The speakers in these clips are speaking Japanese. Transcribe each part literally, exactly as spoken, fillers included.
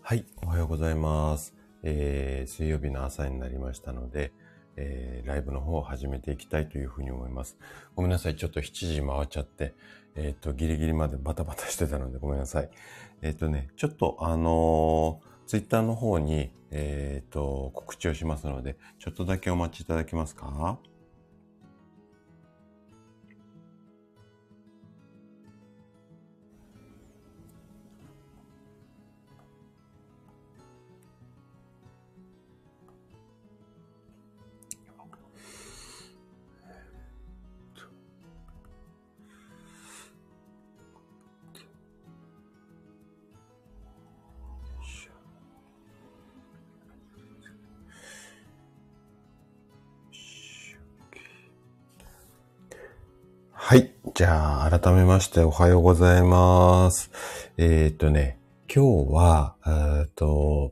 はい、おはようございます。えー、水曜日の朝になりましたので、えー、ライブの方を始めていきたいというふうに思います。ごめんなさい、ちょっとしちじ回っちゃって、えっと、ギリギリまでバタバタしてたのでごめんなさい。えっとね、ちょっとあのー、ツイッターの方に、えっと、告知をしますので、ちょっとだけお待ちいただけますか？はい。じゃあ、改めましておはようございます。えっとね、今日は、えっと、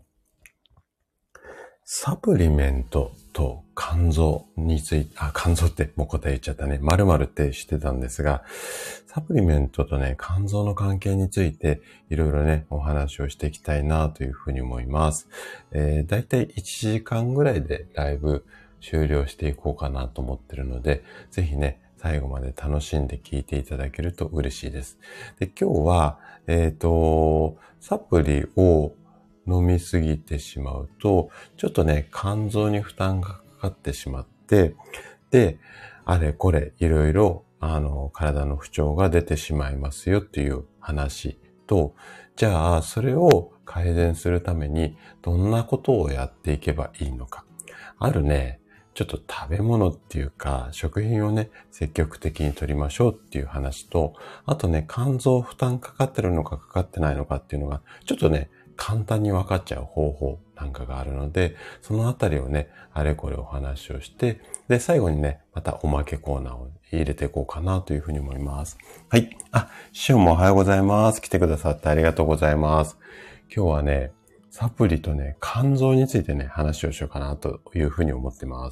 サプリメントと肝臓について、あ、肝臓ってもう答え言っちゃったね。〇〇ってしてたんですが、サプリメントとね、肝臓の関係について、いろいろね、お話をしていきたいなというふうに思います。えー、だいたいいちじかんぐらいでライブ終了していこうかなと思ってるので、ぜひね、最後まで楽しんで聞いていただけると嬉しいです。で、今日は、えっと、サプリを飲みすぎてしまうと、ちょっとね、肝臓に負担がかかってしまって、で、あれこれいろいろ、あの、体の不調が出てしまいますよっていう話と、じゃあ、それを改善するために、どんなことをやっていけばいいのか。あるね、ちょっと食べ物っていうか、食品をね、積極的に取りましょうっていう話と、あとね、肝臓負担かかってるのかかかってないのかっていうのが、ちょっとね、簡単に分かっちゃう方法なんかがあるので、そのあたりをね、あれこれお話をして、で、最後にね、またおまけコーナーを入れていこうかなというふうに思います。はい。あ、師匠もおはようございます。来てくださってありがとうございます。今日はね、サプリとね、肝臓についてね、話をしようかなというふうに思ってます。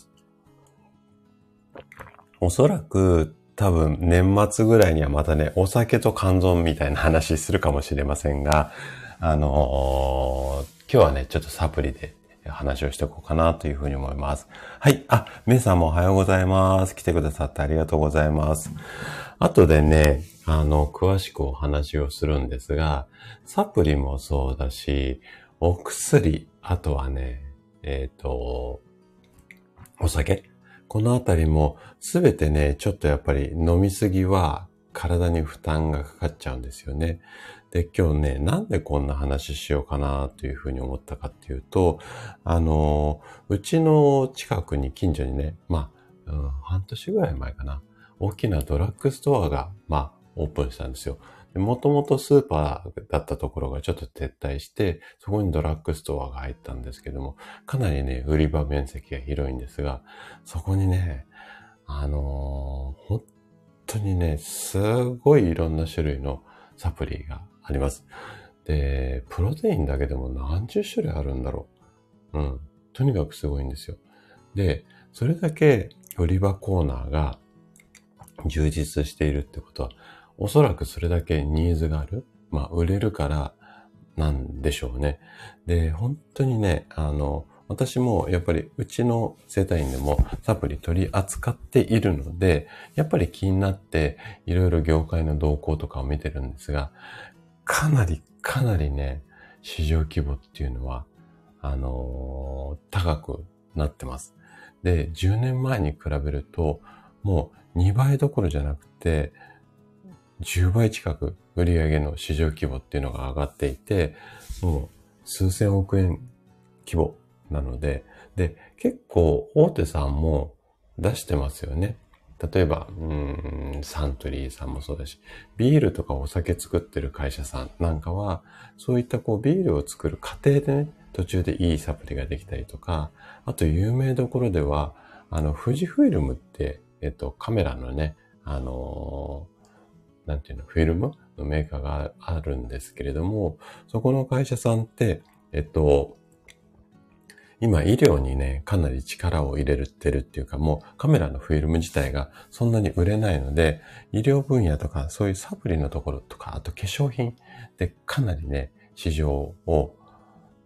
おそらく、多分年末ぐらいにはまたね、お酒と肝臓みたいな話するかもしれませんが、あのー、今日はね、ちょっとサプリで話をしていこうかなというふうに思います。はい。あ、メイさんもおはようございます。来てくださってありがとうございます。後でね、あの、詳しくお話をするんですが、サプリもそうだし、お薬、あとはね、えっと、お酒。このあたりもすべてね、ちょっとやっぱり飲みすぎは体に負担がかかっちゃうんですよね。で、今日ね、なんでこんな話しようかなというふうに思ったかっていうと、あの、うちの近くに近所にね、まあ、うん、半年ぐらい前かな、大きなドラッグストアが、まあ、オープンしたんですよ。もともとスーパーだったところがちょっと撤退して、そこにドラッグストアが入ったんですけども、かなりね、売り場面積が広いんですが、そこにね、あのー、本当にね、すごいいろんな種類のサプリがあります。で、プロテインだけでも何十種類あるんだろう。うん。とにかくすごいんですよ。で、それだけ売り場コーナーが充実しているってことは、おそらくそれだけニーズがある。まあ、売れるからなんでしょうね。で、本当にね、あの、私もやっぱりうちの生体院でもサプリ取り扱っているので、やっぱり気になっていろいろ業界の動向とかを見てるんですが、かなりかなりね、市場規模っていうのは、あのー高くなってます。で、じゅうねんまえに比べると、もうにばいどころじゃなくて、じゅうばい近く売上の市場規模っていうのが上がっていて、もう数千億円規模なので、で、結構大手さんも出してますよね。例えば、うーん、サントリーさんもそうだし、ビールとかお酒作ってる会社さんなんかは、そういったこうビールを作る過程でね、途中でいいサプリができたりとか、あと有名どころでは、あの、富士フイルムって、えっと、カメラのね、あのーなんていうの、フィルムのメーカーがあるんですけれども、そこの会社さんって、えっと、今医療にね、かなり力を入れてるっていうか、もうカメラのフィルム自体がそんなに売れないので、医療分野とかそういうサプリのところとか、あと化粧品でかなりね、市場を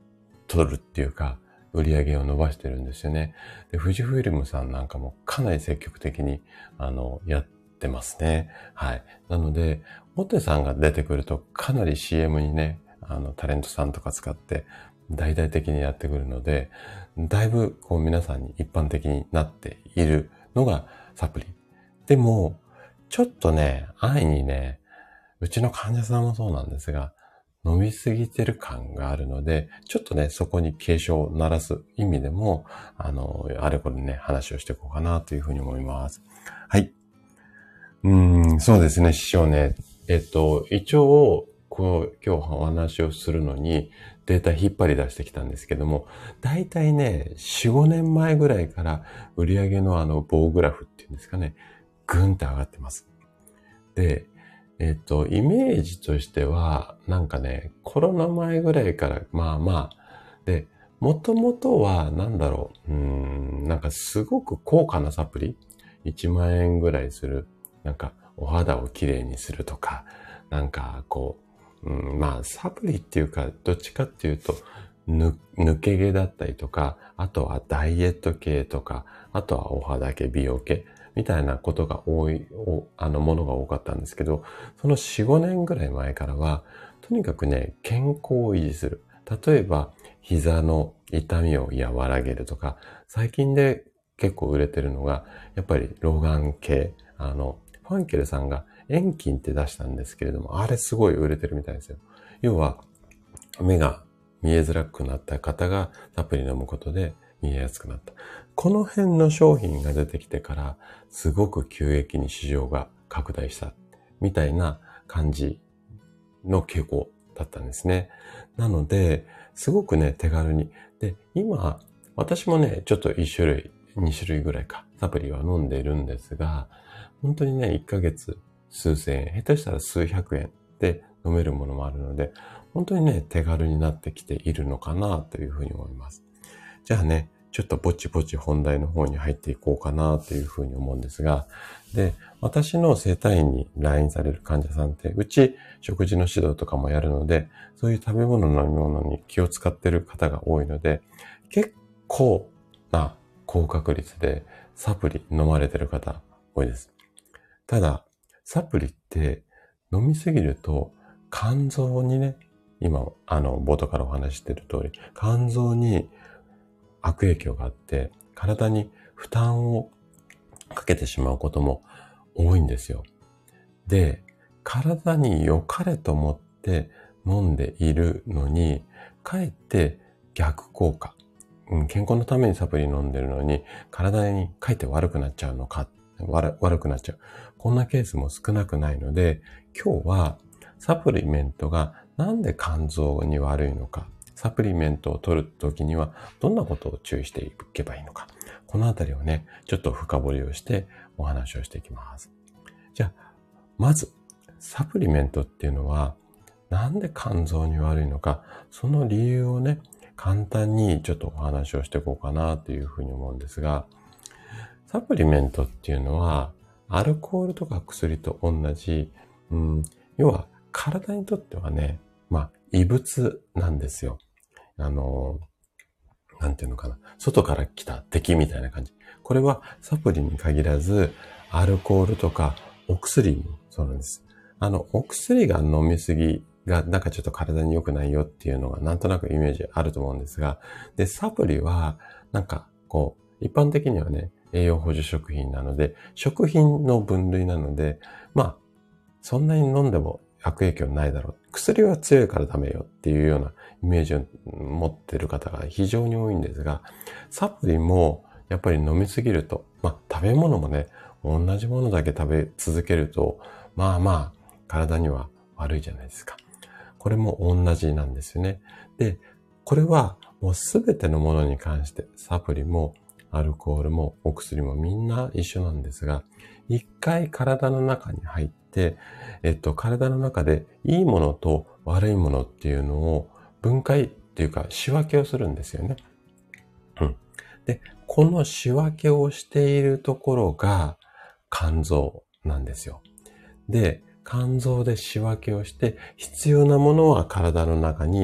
取るっていうか、売り上げを伸ばしてるんですよね。で、富士フイルムさんなんかもかなり積極的に、あの、やってますね。はい。なので、モテさんが出てくるとかなり シーエム にね、あの、タレントさんとか使って大々的にやってくるので、だいぶこう皆さんに一般的になっているのがサプリ。でも、ちょっとね、安易にね、うちの患者さんもそうなんですが、飲みすぎてる感があるので、ちょっとね、そこに警鐘を鳴らす意味でも、あの、あれこれね、話をしていこうかなというふうに思います。はい。うーん、そうですね、師匠ね。えっと、一応、こう、今日お話をするのに、データ引っ張り出してきたんですけども、だいたいね、よん、ごねんまえぐらいから売上のあの棒グラフっていうんですかね、ぐんと上がってます。で、えっと、イメージとしては、なんかね、コロナ前ぐらいから、まあまあ、で、もともとは、なんだろう、うーん、なんかすごく高価なサプリ、いちまんえんぐらいする、なんかお肌をきれいにするとか、なんかこう、うん、まあサプリっていうか、どっちかっていうと、ぬ抜け毛だったりとか、あとはダイエット系とか、あとはお肌系、美容系、みたいなことが多い、あのものが多かったんですけど、そのよん、ごねんぐらい前からは、とにかくね、健康を維持する。例えば、膝の痛みを和らげるとか、最近で結構売れてるのが、やっぱり老眼系。あの、ファンケルさんが遠近って出したんですけれども、あれすごい売れてるみたいですよ。要は、目が見えづらくなった方がサプリ飲むことで見えやすくなった。この辺の商品が出てきてから、すごく急激に市場が拡大したみたいな感じの傾向だったんですね。なので、すごくね、手軽に。で、今、私もね、ちょっといち種類、に種類ぐらいか、サプリは飲んでいるんですが、本当にね、いっかげつ数千円、下手したら数百円で飲めるものもあるので、本当にね、手軽になってきているのかなというふうに思います。じゃあね、ちょっとぼちぼち本題の方に入っていこうかなというふうに思うんですが、で、私の整体院に来院される患者さんって、うち食事の指導とかもやるので、そういう食べ物、飲み物に気を使っている方が多いので、結構な高確率でサプリ飲まれている方多いです。ただ、サプリって飲みすぎると肝臓にね、今、あの、冒頭からお話ししている通り、肝臓に悪影響があって、体に負担をかけてしまうことも多いんですよ。で、体に良かれと思って飲んでいるのに、かえって逆効果。うん、健康のためにサプリ飲んでるのに、体にかえって悪くなっちゃうのか、悪、悪くなっちゃう。こんなケースも少なくないので、今日はサプリメントがなんで肝臓に悪いのか、サプリメントを取るときにはどんなことを注意していけばいいのか。このあたりをね、ちょっと深掘りをしてお話をしていきます。じゃあ、まず、サプリメントっていうのはなんで肝臓に悪いのか、その理由をね、簡単にちょっとお話をしていこうかなというふうに思うんですが、サプリメントっていうのは、アルコールとか薬と同じ、うん、要は体にとってはね、まあ、異物なんですよ。あの、なんていうのかな。外から来た敵みたいな感じ。これはサプリに限らず、アルコールとかお薬もそうなんです。あの、お薬が飲みすぎが、なんかちょっと体に良くないよっていうのがなんとなくイメージあると思うんですが、で、サプリは、なんか、こう、一般的にはね、栄養補助食品なので、食品の分類なので、まあ、そんなに飲んでも悪影響ないだろう。薬は強いからダメよっていうようなイメージを持っている方が非常に多いんですが、サプリもやっぱり飲みすぎると、まあ食べ物もね、同じものだけ食べ続けると、まあまあ体には悪いじゃないですか。これも同じなんですよね。で、これはもうすべてのものに関して、サプリもアルコールもお薬もみんな一緒なんですが、一回体の中に入って、えっと、体の中でいいものと悪いものっていうのを分解っていうか仕分けをするんですよね。うん。で、この仕分けをしているところが肝臓なんですよ。で、肝臓で仕分けをして必要なものは体の中に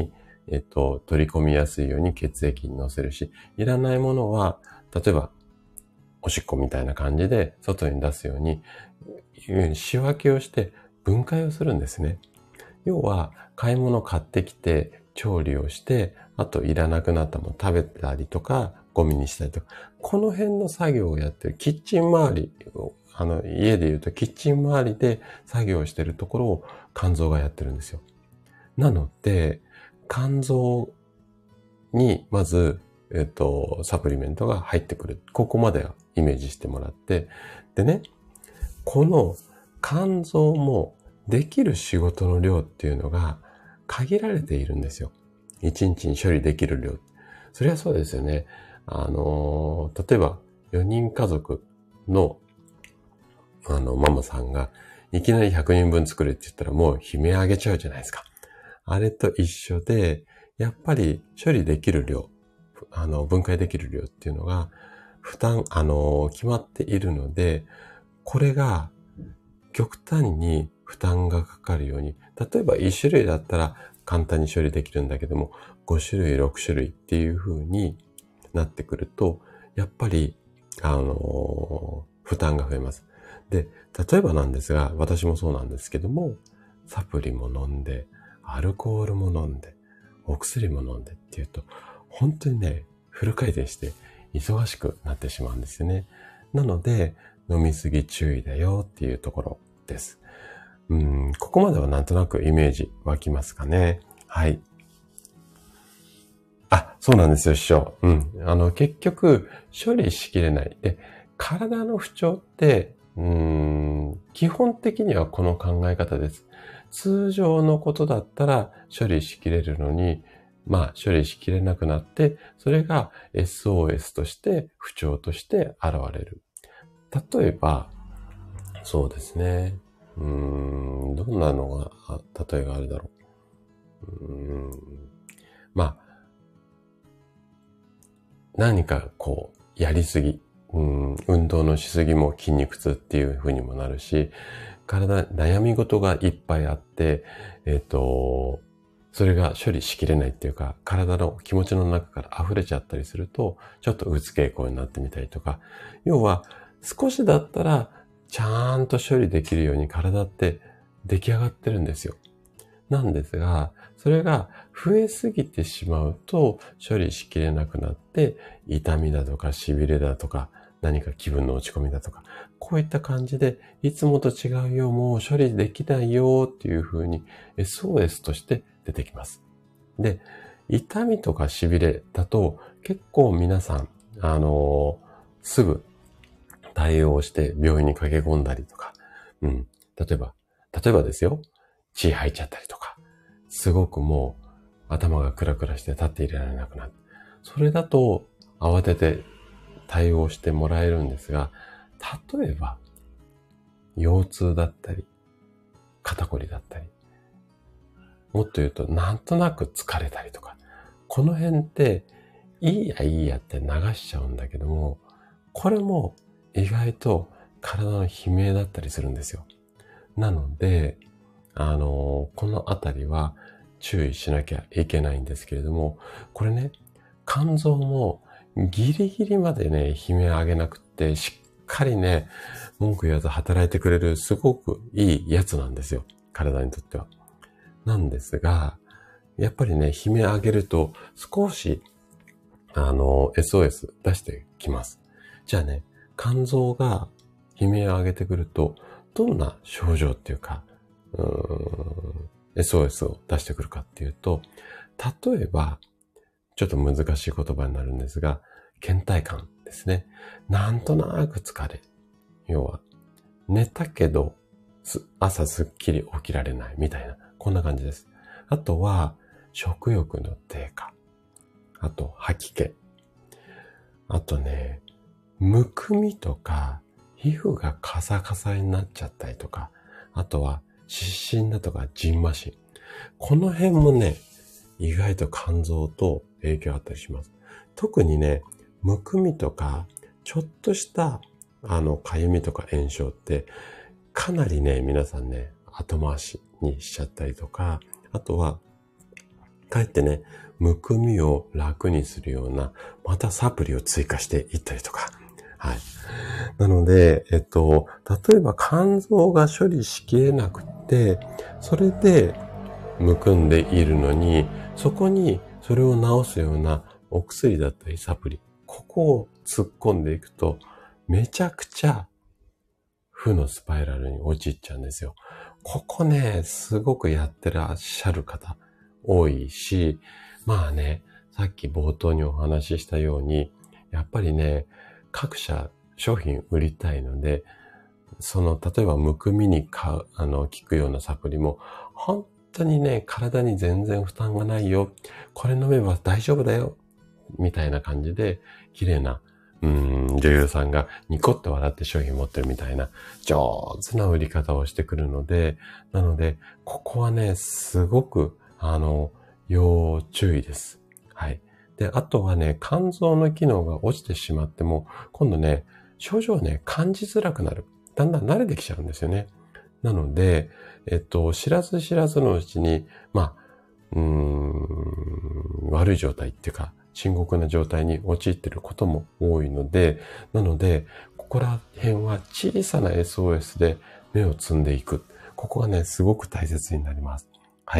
えっと、取り込みやすいように血液に乗せるし、いらないものは、例えば、おしっこみたいな感じで外に出すように、仕分けをして分解をするんですね。要は、買い物買ってきて、調理をして、あといらなくなったもの食べたりとか、ゴミにしたりとか、この辺の作業をやってる、キッチン周りを、あの、家で言うとキッチン周りで作業をしてるところを肝臓がやってるんですよ。なので、肝臓にまず、えっと、サプリメントが入ってくる。ここまではイメージしてもらって。でね、この肝臓もできる仕事の量っていうのが限られているんですよ。一日に処理できる量。それはそうですよね。あの、例えばよにん家族のあの、ママさんがいきなりひゃくにんぶん作るって言ったらもう悲鳴上げちゃうじゃないですか。あれと一緒で、やっぱり処理できる量、あの、分解できる量っていうのが負担、あの、決まっているので、これが極端に負担がかかるように、例えばいち種類だったら簡単に処理できるんだけども、ご種類、ろく種類っていう風になってくると、やっぱり、あの、負担が増えます。で、例えばなんですが、私もそうなんですけども、サプリも飲んで、アルコールも飲んで、お薬も飲んでっていうと、本当にね、フル回転して忙しくなってしまうんですよね。なので、飲みすぎ注意だよっていうところです。うん、ここまではなんとなくイメージ湧きますかね。はい。あ、そうなんですよ、師匠。うん。あの、結局、処理しきれない。で、体の不調って、うーん、基本的にはこの考え方です。通常のことだったら処理しきれるのに、まあ、処理しきれなくなって、それが エスオーエス として、不調として現れる。例えば、そうですね。うーん、どんなのが、例えがあるだろう。うーん、まあ、何かこう、やりすぎ、うん、運動のしすぎも筋肉痛っていう風にもなるし、体、悩み事がいっぱいあって、えっと、それが処理しきれないっていうか、体の気持ちの中から溢れちゃったりすると、ちょっとうつ傾向になってみたりとか、要は少しだったらちゃんと処理できるように体って出来上がってるんですよ。なんですが、それが増えすぎてしまうと処理しきれなくなって、痛みだとか痺れだとか、何か気分の落ち込みだとか、こういった感じで、いつもと違うよ、もう処理できないよっていう風に エスオーエス として出てきます。で、痛みとか痺れだと結構皆さん、あのー、すぐ対応して病院に駆け込んだりとか、うん。例えば、例えばですよ、血吐いちゃったりとか、すごくもう頭がクラクラして立っていられなくなる。それだと慌てて対応してもらえるんですが、例えば、腰痛だったり、肩こりだったり、もっと言うとなんとなく疲れたりとか、この辺っていいやいいやって流しちゃうんだけども、これも意外と体の悲鳴だったりするんですよ。なので、あの、このあたりは注意しなきゃいけないんですけれども、これね、肝臓もギリギリまでね、悲鳴上げなくって、しっかりね、文句言わず働いてくれるすごくいいやつなんですよ。体にとっては。なんですが、やっぱりね、悲鳴上げると少し、あの、エスオーエス 出してきます。じゃあね、肝臓が悲鳴を上げてくると、どんな症状っていうか、うーん エスオーエス を出してくるかっていうと、例えば、ちょっと難しい言葉になるんですが、倦怠感ですね。なんとなく疲れ。要は、寝たけど、朝すっきり起きられないみたいな、こんな感じです。あとは、食欲の低下。あと、吐き気。あとね、むくみとか、皮膚がカサカサになっちゃったりとか、あとは、湿疹だとか、蕁麻疹。この辺もね、意外と肝臓と影響あったりします。特にね、むくみとか、ちょっとした、あの、かゆみとか炎症って、かなりね、皆さんね、後回しにしちゃったりとか、あとは、 かえってね、むくみを楽にするような、またサプリを追加していったりとか。はい。なので、えっと、例えば肝臓が処理しきれなくて、それでむくんでいるのに、そこにそれを治すようなお薬だったりサプリ、ここを突っ込んでいくと、めちゃくちゃ負のスパイラルに陥っちゃうんですよ。ここね、すごくやってらっしゃる方多いし、まあね、さっき冒頭にお話ししたように、やっぱりね、各社商品売りたいので、その、例えばむくみに買う、あの、効くようなサプリも、本当にね、体に全然負担がないよ。これ飲めば大丈夫だよ。みたいな感じで、綺麗な、うーん、女優さんがニコッと笑って商品持ってるみたいな、上手な売り方をしてくるので、なので、ここはね、すごく、あの、要注意です。はい。で、あとはね、肝臓の機能が落ちてしまっても、今度ね、症状をね、感じづらくなる。だんだん慣れてきちゃうんですよね。なので、えっと、知らず知らずのうちに、まあ、うーん、悪い状態っていうか、深刻な状態に陥っていることも多いので、なので、ここら辺は小さな エスオーエス で目を摘んでいく。ここがね、すごく大切になります。はい。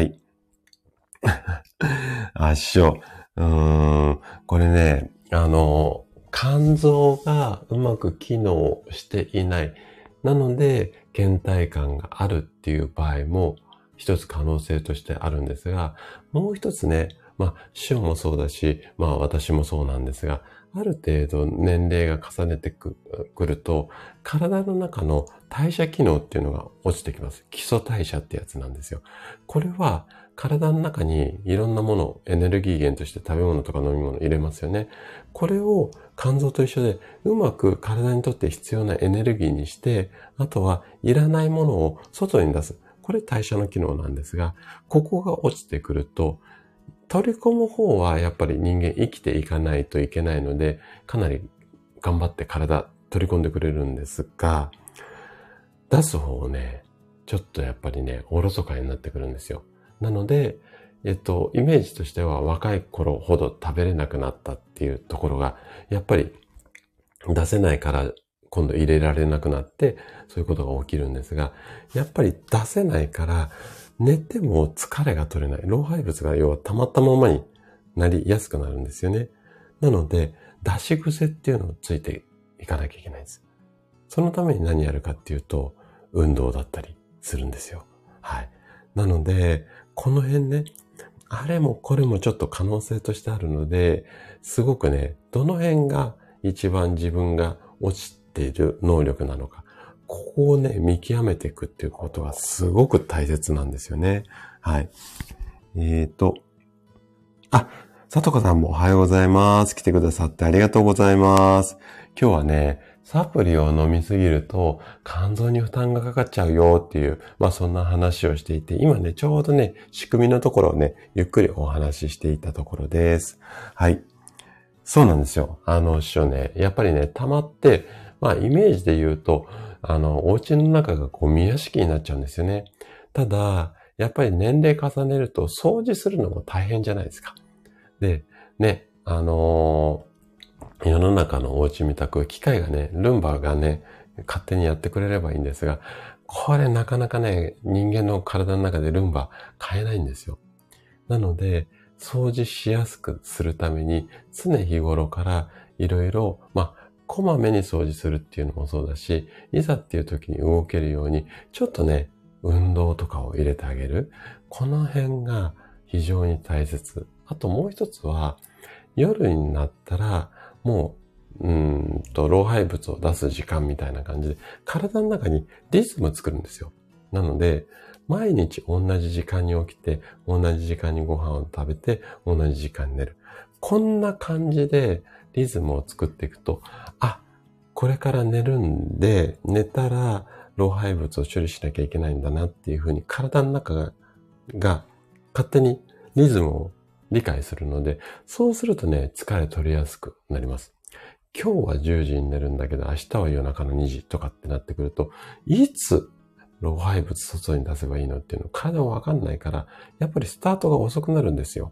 あ、師匠。うーん、これね、あの、肝臓がうまく機能していない。なので、倦怠感があるっていう場合も一つ可能性としてあるんですが、もう一つね、まあ、師匠もそうだし、まあ私もそうなんですが、ある程度年齢が重ねてくると、体の中の代謝機能っていうのが落ちてきます。基礎代謝ってやつなんですよ。これは体の中にいろんなもの、エネルギー源として食べ物とか飲み物入れますよね。これを肝臓と一緒でうまく体にとって必要なエネルギーにして、あとはいらないものを外に出す。これ代謝の機能なんですが、ここが落ちてくると、取り込む方はやっぱり人間生きていかないといけないので、かなり頑張って体取り込んでくれるんですが、出す方をね、ちょっとやっぱりね、おろそかになってくるんですよ。なので、えっと、イメージとしては若い頃ほど食べれなくなったっていうところが、やっぱり出せないから今度入れられなくなって、そういうことが起きるんですが、やっぱり出せないから、寝ても疲れが取れない。老廃物が要は溜まったままになりやすくなるんですよね。なので、出し癖っていうのをついていかなきゃいけないんです。そのために何やるかっていうと、運動だったりするんですよ。はい。なので、この辺ね、あれもこれもちょっと可能性としてあるので、すごくね、どの辺が一番自分が落ちている能力なのか、ここをね、見極めていくっていうことはすごく大切なんですよね。はい。えーと、あ、さとこさんもおはようございます。来てくださってありがとうございます。今日はね、サプリを飲みすぎると肝臓に負担がかかっちゃうよっていう、まあそんな話をしていて、今ね、ちょうどね、仕組みのところをね、ゆっくりお話ししていたところです。はい。そうなんですよ。あの、師匠ね、やっぱりね、溜まって、まあイメージで言うと、あの、お家の中がゴミ屋敷になっちゃうんですよね。ただ、やっぱり年齢重ねると掃除するのも大変じゃないですか。で、ね、あのー、世の中のお家みたく機械がね、ルンバがね、勝手にやってくれればいいんですが、これなかなかね、人間の体の中でルンバ買えないんですよ。なので、掃除しやすくするために、常日頃からいろいろ、まあ、こまめに掃除するっていうのもそうだし、いざっていう時に動けるように、ちょっとね、運動とかを入れてあげる。この辺が非常に大切。あともう一つは、夜になったら、もう、うーんと、老廃物を出す時間みたいな感じで、体の中にリズム作るんですよ。なので、毎日同じ時間に起きて、同じ時間にご飯を食べて、同じ時間に寝る。こんな感じでリズムを作っていくと、あ、これから寝るんで、寝たら老廃物を処理しなきゃいけないんだなっていうふうに体の中が、が勝手にリズムを理解するので、そうするとね、疲れ取りやすくなります。今日はじゅうじに寝るんだけど、明日は夜中のにじとかってなってくると、いつ老廃物外に出せばいいのっていうの体はわかんないから、やっぱりスタートが遅くなるんですよ。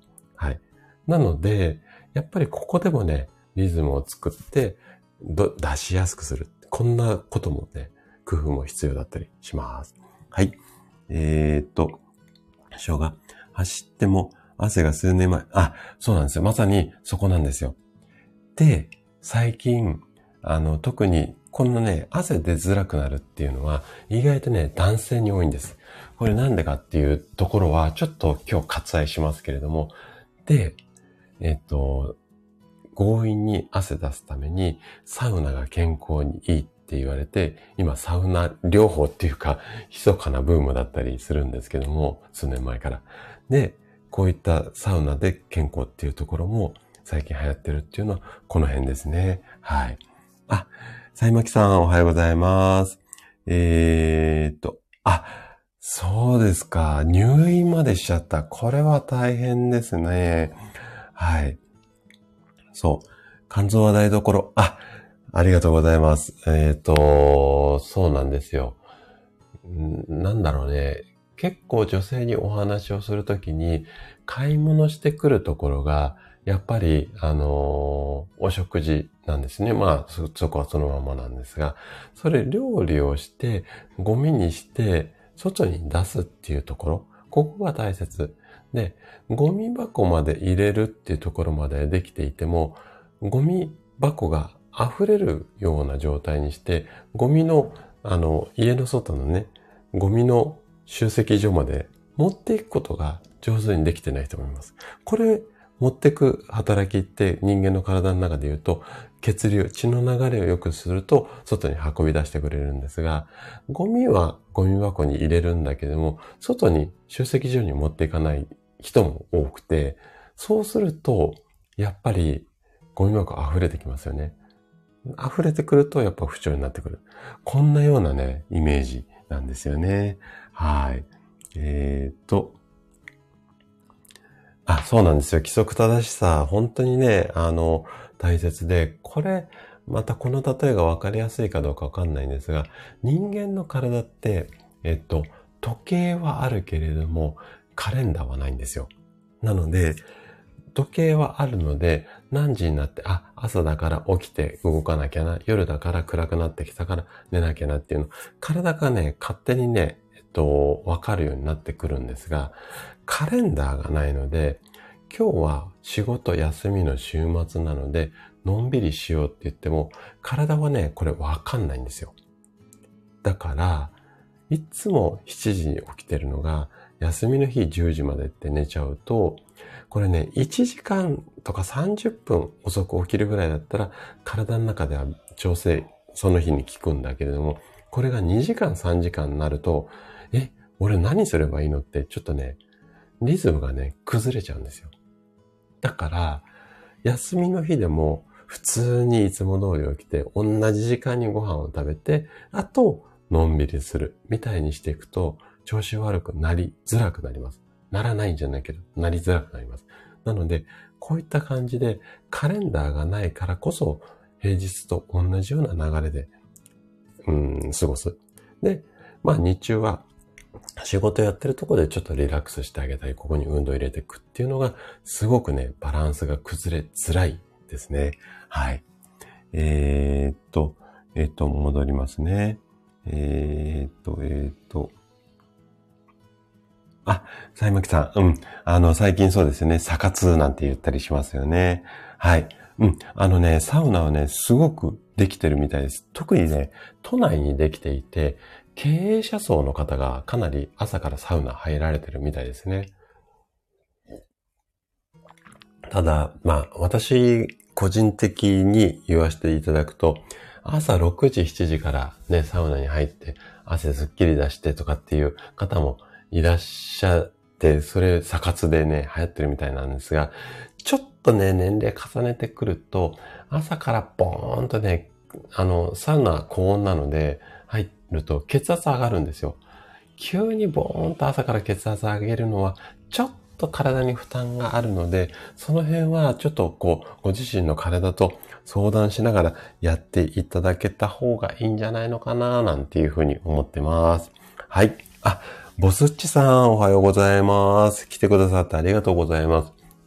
はい。なので、やっぱりここでもね、リズムを作ってど出しやすくする。こんなこともね、工夫も必要だったりします。はい。えー、っと、生姜。走っても汗が数年前。あ、そうなんですよ。まさにそこなんですよ。で、最近、あの、特に、このね、汗出づらくなるっていうのは、意外とね、男性に多いんです。これなんでかっていうところは、ちょっと今日割愛しますけれども、で、えっと、強引に汗出すために、サウナが健康にいいって言われて、今サウナ療法っていうか、密かなブームだったりするんですけども、数年前から。で、こういったサウナで健康っていうところも、最近流行ってるっていうのは、この辺ですね。はい。あ、さいまきさん、おはようございます。えーっと、あ、そうですか。入院までしちゃった。これは大変ですね。はい。そう。肝臓は台所。あ、ありがとうございます。えっと、そうなんですよ。んなんだろうね。結構女性にお話をするときに、買い物してくるところが、やっぱり、あのーお食事なんですね。まあそ、そこはそのままなんですが、それ料理をして、ゴミにして、外に出すっていうところ、ここが大切。で、ゴミ箱まで入れるっていうところまでできていても、ゴミ箱が溢れるような状態にして、ゴミの、あの、家の外のね、ゴミの集積所まで持っていくことが上手にできてない人もいます。これ、持ってく働きって人間の体の中で言うと、血流、血の流れを良くすると外に運び出してくれるんですが、ゴミはゴミ箱に入れるんだけども、外に集積所に持っていかない人も多くて、そうすると、やっぱりゴミ箱溢れてきますよね。溢れてくるとやっぱ不調になってくる。こんなようなね、イメージなんですよね。はい。えー、っと、あ、そうなんですよ。規則正しさ、本当にね、あの、大切で、これ、またこの例えが分かりやすいかどうかわかんないんですが、人間の体って、えっと、時計はあるけれども、カレンダーはないんですよ。なので、時計はあるので、何時になって、あ、朝だから起きて動かなきゃな、夜だから暗くなってきたから寝なきゃなっていうの、体がね、勝手にね、えっと、わかるようになってくるんですが、カレンダーがないので、今日は仕事休みの週末なので、のんびりしようって言っても、体はね、これわかんないんですよ。だから、いつもしちじに起きてるのが、休みの日じゅうじまでって寝ちゃうと、これね、いちじかんとかさんじゅっぷん遅く起きるぐらいだったら、体の中では調整、その日に効くんだけれども、これがにじかんさんじかんになると、え、俺何すればいいのって、ちょっとね、リズムがね、崩れちゃうんですよ。だから、休みの日でも、普通にいつも通り起きて、同じ時間にご飯を食べて、あと、のんびりする、みたいにしていくと、調子悪くなりづらくなります。ならないんじゃないけど、なりづらくなります。なので、こういった感じで、カレンダーがないからこそ、平日と同じような流れで、うん、過ごす。で、まあ日中は、仕事やってるところでちょっとリラックスしてあげたり、ここに運動入れていくっていうのが、すごくね、バランスが崩れづらいですね。はい。えー、っと、えー、っと、戻りますね。えー、っと、えー、っと、あ、さいまきさん、うん。あの、最近そうですね、サ活なんて言ったりしますよね。はい。うん。あのね、サウナはね、すごくできてるみたいです。特にね、都内にできていて、経営者層の方がかなり朝からサウナ入られてるみたいですね。ただ、まあ、私、個人的に言わせていただくと、朝ろくじ、しちじからね、サウナに入って、汗すっきり出してとかっていう方もいらっしゃって、それ、サ活でね、流行ってるみたいなんですが、ちょっとね、年齢重ねてくると、朝からボーンとね、あの、サウナ高温なので、入ると血圧上がるんですよ。急にボーンと朝から血圧上げるのは、ちょっと体に負担があるので、その辺はちょっとこう、ご自身の体と相談しながらやっていただけた方がいいんじゃないのかな、なんていうふうに思ってます。はい。あ、ボスッチさん、おはようございます。来てくださってありがとうございます。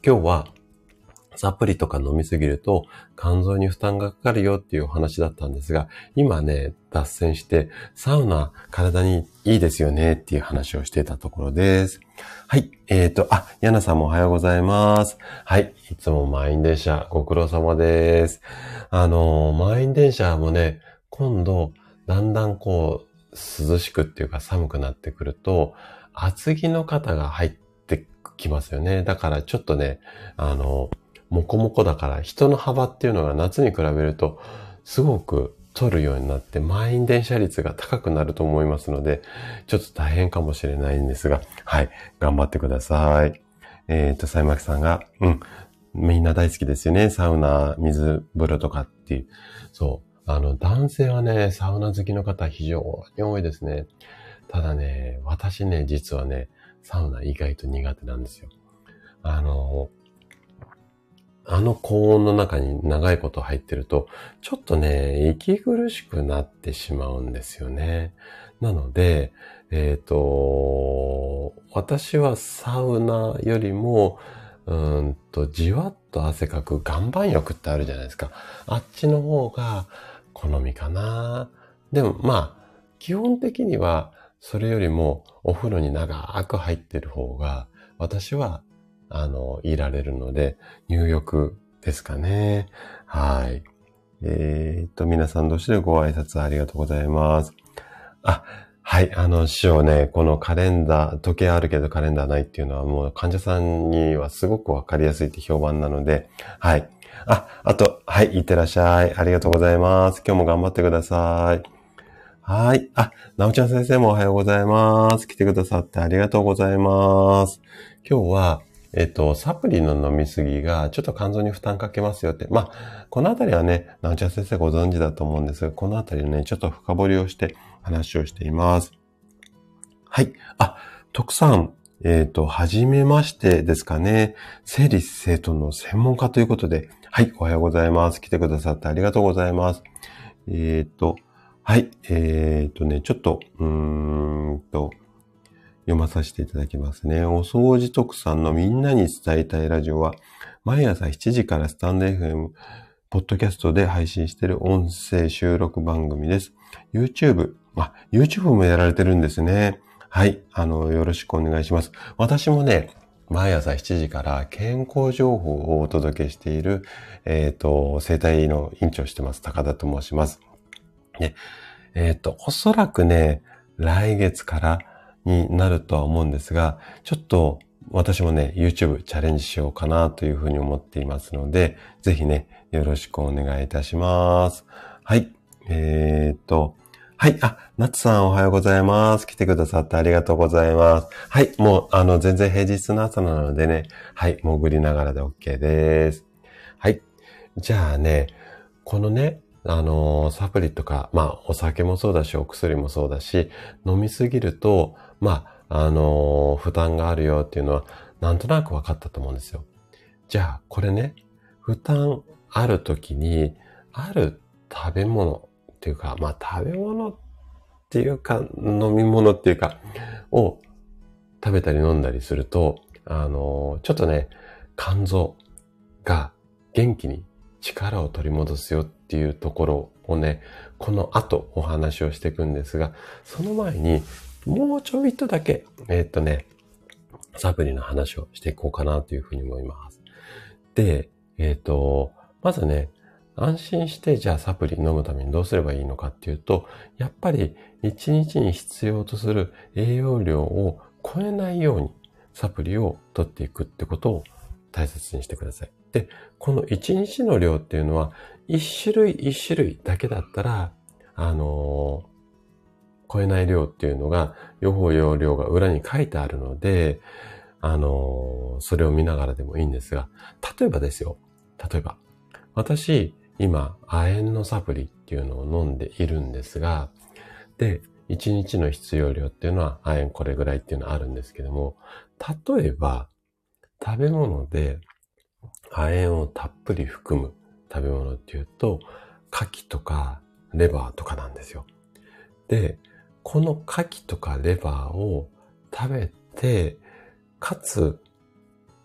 今日はサプリとか飲みすぎると肝臓に負担がかかるよっていうお話だったんですが、今ね、脱線してサウナ体にいいですよねっていう話をしてたところです。はい。えっと、あ、ヤナさんもおはようございます。はい。いつも満員電車ご苦労様です。あの、満員電車もね、今度だんだんこう涼しくっていうか寒くなってくると厚着の方が入ってきますよね。だからちょっとね、あの、もこもこだから人の幅っていうのが夏に比べるとすごく取るようになって満員電車率が高くなると思いますので、ちょっと大変かもしれないんですが、はい、頑張ってください。えっと、さいまきさんが、うん、みんな大好きですよね。サウナ、水風呂とかっていう。そう。あの、男性はね、サウナ好きの方非常に多いですね。ただね、私ね、実はね、サウナ意外と苦手なんですよ。あの、あの高温の中に長いこと入ってると、ちょっとね、息苦しくなってしまうんですよね。なので、えっと、私はサウナよりも、うーんと、じわっと汗かく岩盤浴ってあるじゃないですか。あっちの方が好みかな。でもまあ、基本的にはそれよりもお風呂に長く入ってる方が、私はあの、いられるので、入浴ですかね。はい。えー、っと、皆さんどうしてご挨拶ありがとうございます。あ、はい。あの、師匠ね、このカレンダー、時計あるけどカレンダーないっていうのはもう患者さんにはすごくわかりやすいって評判なので、はい。あ、あと、はい、いってらっしゃい。ありがとうございます。今日も頑張ってください。はい。あ、なおちゃん先生もおはようございます。来てくださってありがとうございます。今日は、えっと、サプリの飲みすぎがちょっと肝臓に負担かけますよって。まあ、このあたりはね、なおちゃん先生ご存知だと思うんですが、このあたりをね、ちょっと深掘りをして話をしています。はい。あ、徳さん、えっと、はじめましてですかね。整理整頓の専門家ということで、はい、おはようございます。来てくださってありがとうございます。えっと、はい、えっとね、ちょっと、うーんと、読まさせていただきますね。お掃除特産のみんなに伝えたいラジオは、毎朝しちじからスタンド エフエム、ポッドキャストで配信している音声収録番組です。YouTube、あ、YouTube もやられてるんですね。はい、あの、よろしくお願いします。私もね、毎朝しちじから健康情報をお届けしている、えっと、生態の院長をしてます、高田と申します。で、えっと、おそらくね、来月からになるとは思うんですが、ちょっと私もね、YouTube チャレンジしようかなというふうに思っていますので、ぜひね、よろしくお願いいたします。はい。えー、っと、はい。あ、ナツさんおはようございます。来てくださってありがとうございます。はい。もう、あの、全然平日の朝なのでね、はい。潜りながらで OK です。はい。じゃあね、このね、あのー、サプリとか、まあ、お酒もそうだし、お薬もそうだし、飲みすぎると、まあ、あのー、負担があるよっていうのは、なんとなく分かったと思うんですよ。じゃあ、これね、負担あるときに、ある食べ物っていうか、まあ、食べ物っていうか、飲み物っていうか、を食べたり飲んだりすると、あのー、ちょっとね、肝臓が元気に力を取り戻すよっていうところをね、この後お話をしていくんですが、その前にもうちょびっとだけ、えー、っとね、サプリの話をしていこうかなというふうに思います。で、えー、っと、まずね、安心してじゃあサプリ飲むためにどうすればいいのかっていうと、やっぱり一日に必要とする栄養量を超えないようにサプリを取っていくってことを大切にしてください。で、この一日の量っていうのは、一種類一種類だけだったら、あのー、超えない量っていうのが、用法用量が裏に書いてあるので、あのー、それを見ながらでもいいんですが、例えばですよ。例えば、私、今、亜鉛のサプリっていうのを飲んでいるんですが、で、一日の必要量っていうのは亜鉛これぐらいっていうのはあるんですけども、例えば、食べ物で亜鉛をたっぷり含む食べ物っていうと、牡蠣とかレバーとかなんですよ。で、この牡蠣とかレバーを食べて、かつ、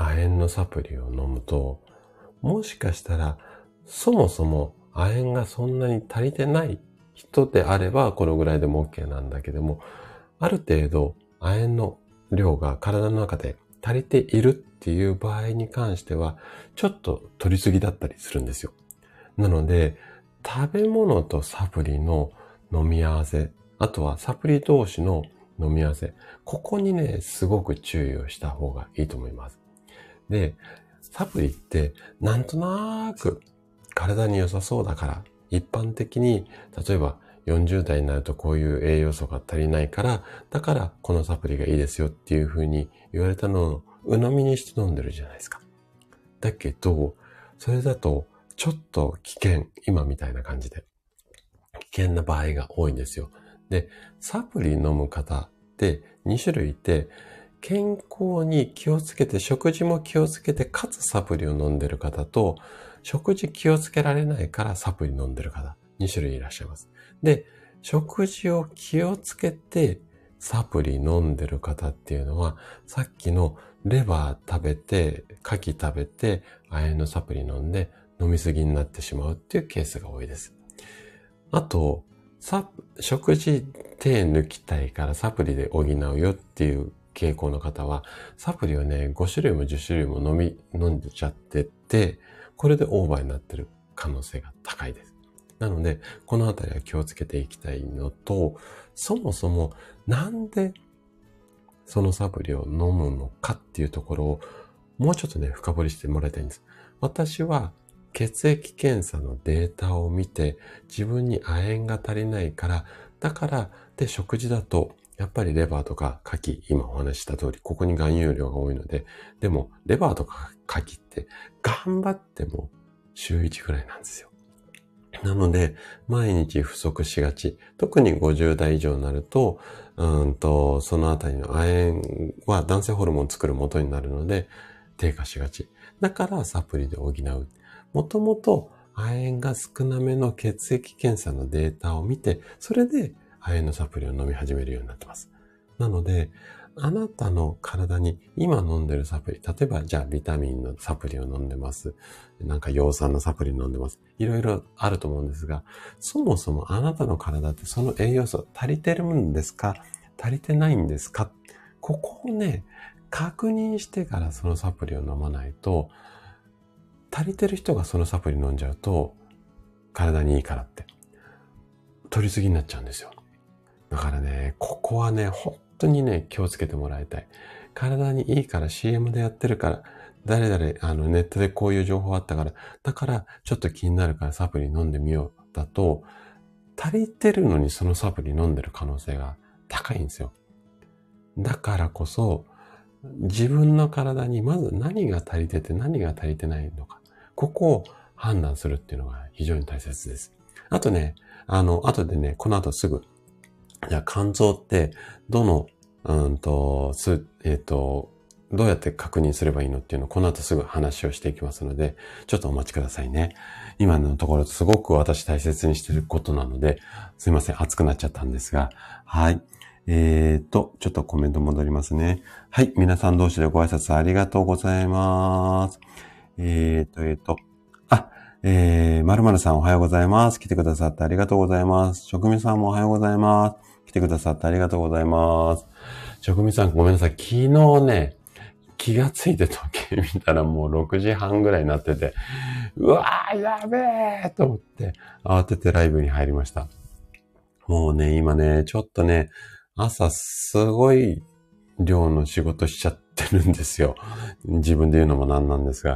亜鉛のサプリを飲むと、もしかしたら、そもそも亜鉛がそんなに足りてない人であれば、このぐらいでも OK なんだけども、ある程度亜鉛の量が体の中で足りているっていう場合に関しては、ちょっと取りすぎだったりするんですよ。なので、食べ物とサプリの飲み合わせ、あとはサプリ同士の飲み合わせ、ここにね、すごく注意をした方がいいと思います。で、サプリってなんとなく体に良さそうだから、一般的に、例えばよんじゅう代になるとこういう栄養素が足りないから、だからこのサプリがいいですよっていう風に言われたのを鵜呑みにして飲んでるじゃないですか。だけど、それだとちょっと危険、今みたいな感じで、危険な場合が多いんですよ。で、サプリ飲む方ってに種類いて、健康に気をつけて、食事も気をつけて、かつサプリを飲んでる方と、食事気をつけられないからサプリ飲んでる方、に種類いらっしゃいます。で、食事を気をつけて、サプリ飲んでる方っていうのは、さっきのレバー食べて、牡蠣食べて、亜鉛のサプリ飲んで、飲みすぎになってしまうっていうケースが多いです。あと、サ食事手抜きたいからサプリで補うよっていう傾向の方は、サプリをね、ご種類もじゅっ種類も飲み、飲んじゃってて、これでオーバーになってる可能性が高いです。なので、このあたりは気をつけていきたいのと、そもそもなんでそのサプリを飲むのかっていうところをもうちょっとね、深掘りしてもらいたいんです。私は血液検査のデータを見て、自分に亜鉛が足りないから、だから、で、食事だと、やっぱりレバーとか牡蠣、今お話しした通り、ここに含有量が多いので、でも、レバーとか牡蠣って、頑張っても週いちぐらいなんですよ。なので、毎日不足しがち。特にごじゅう代以上になると、うんと、そのあたりの亜鉛は男性ホルモンを作る元になるので、低下しがち。だからサプリで補う。もともと亜鉛が少なめの血液検査のデータを見て、それで亜鉛のサプリを飲み始めるようになってます。なので、あなたの体に今飲んでるサプリ、例えばじゃあビタミンのサプリを飲んでます。なんか葉酸のサプリ飲んでます。いろいろあると思うんですが、そもそもあなたの体ってその栄養素足りてるんですか？足りてないんですか？ここをね、確認してからそのサプリを飲まないと、足りてる人がそのサプリ飲んじゃうと、体にいいからって、取りすぎになっちゃうんですよ。だからね、ここはね、本当にね、気をつけてもらいたい。体にいいから シーエム でやってるから、誰々、あの、ネットでこういう情報あったから、だからちょっと気になるからサプリ飲んでみよう。だと、足りてるのにそのサプリ飲んでる可能性が高いんですよ。だからこそ、自分の体にまず何が足りてて何が足りてないのか。ここを判断するっていうのが非常に大切です。あとね、あの、後でね、この後すぐ、じゃあ肝臓ってどの、うんと、す、えっと、どうやって確認すればいいのっていうのをこの後すぐ話をしていきますので、ちょっとお待ちくださいね。今のところすごく私大切にしていることなので、すいません、熱くなっちゃったんですが、はい。えーと、ちょっとコメント戻りますね。はい。皆さん同士でご挨拶ありがとうございます。えーと、えーと、あ、えー、〇〇さんおはようございます。来てくださってありがとうございます。職味さんもおはようございます。来てくださってありがとうございます。職味さんごめんなさい。昨日ね、気がついて時計見たらもうろくじはんぐらいになってて、うわーやべーと思って、慌ててライブに入りました。もうね、今ね、ちょっとね、朝すごい量の仕事しちゃってるんですよ。自分で言うのもなんなんですが。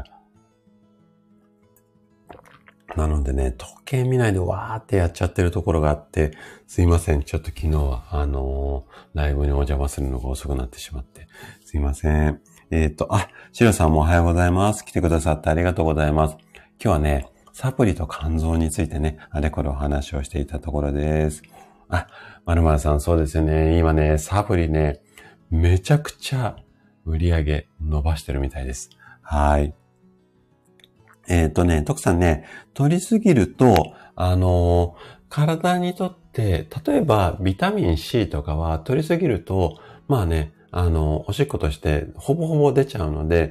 なのでね、時計見ないでわーってやっちゃってるところがあって、すいません。ちょっと昨日は、あのー、ライブにお邪魔するのが遅くなってしまって。すいません。えっと、あ、シロさんもおはようございます。来てくださってありがとうございます。今日はね、サプリと肝臓についてね、あれこれお話をしていたところです。あ、まるまるさんそうですよね。今ね、サプリね、めちゃくちゃ売り上げ伸ばしてるみたいです。はい。えっとね、徳さんね、取りすぎると、あのー、体にとって、例えばビタミン C とかは取りすぎると、まあね、あのー、おしっことしてほぼほぼ出ちゃうので、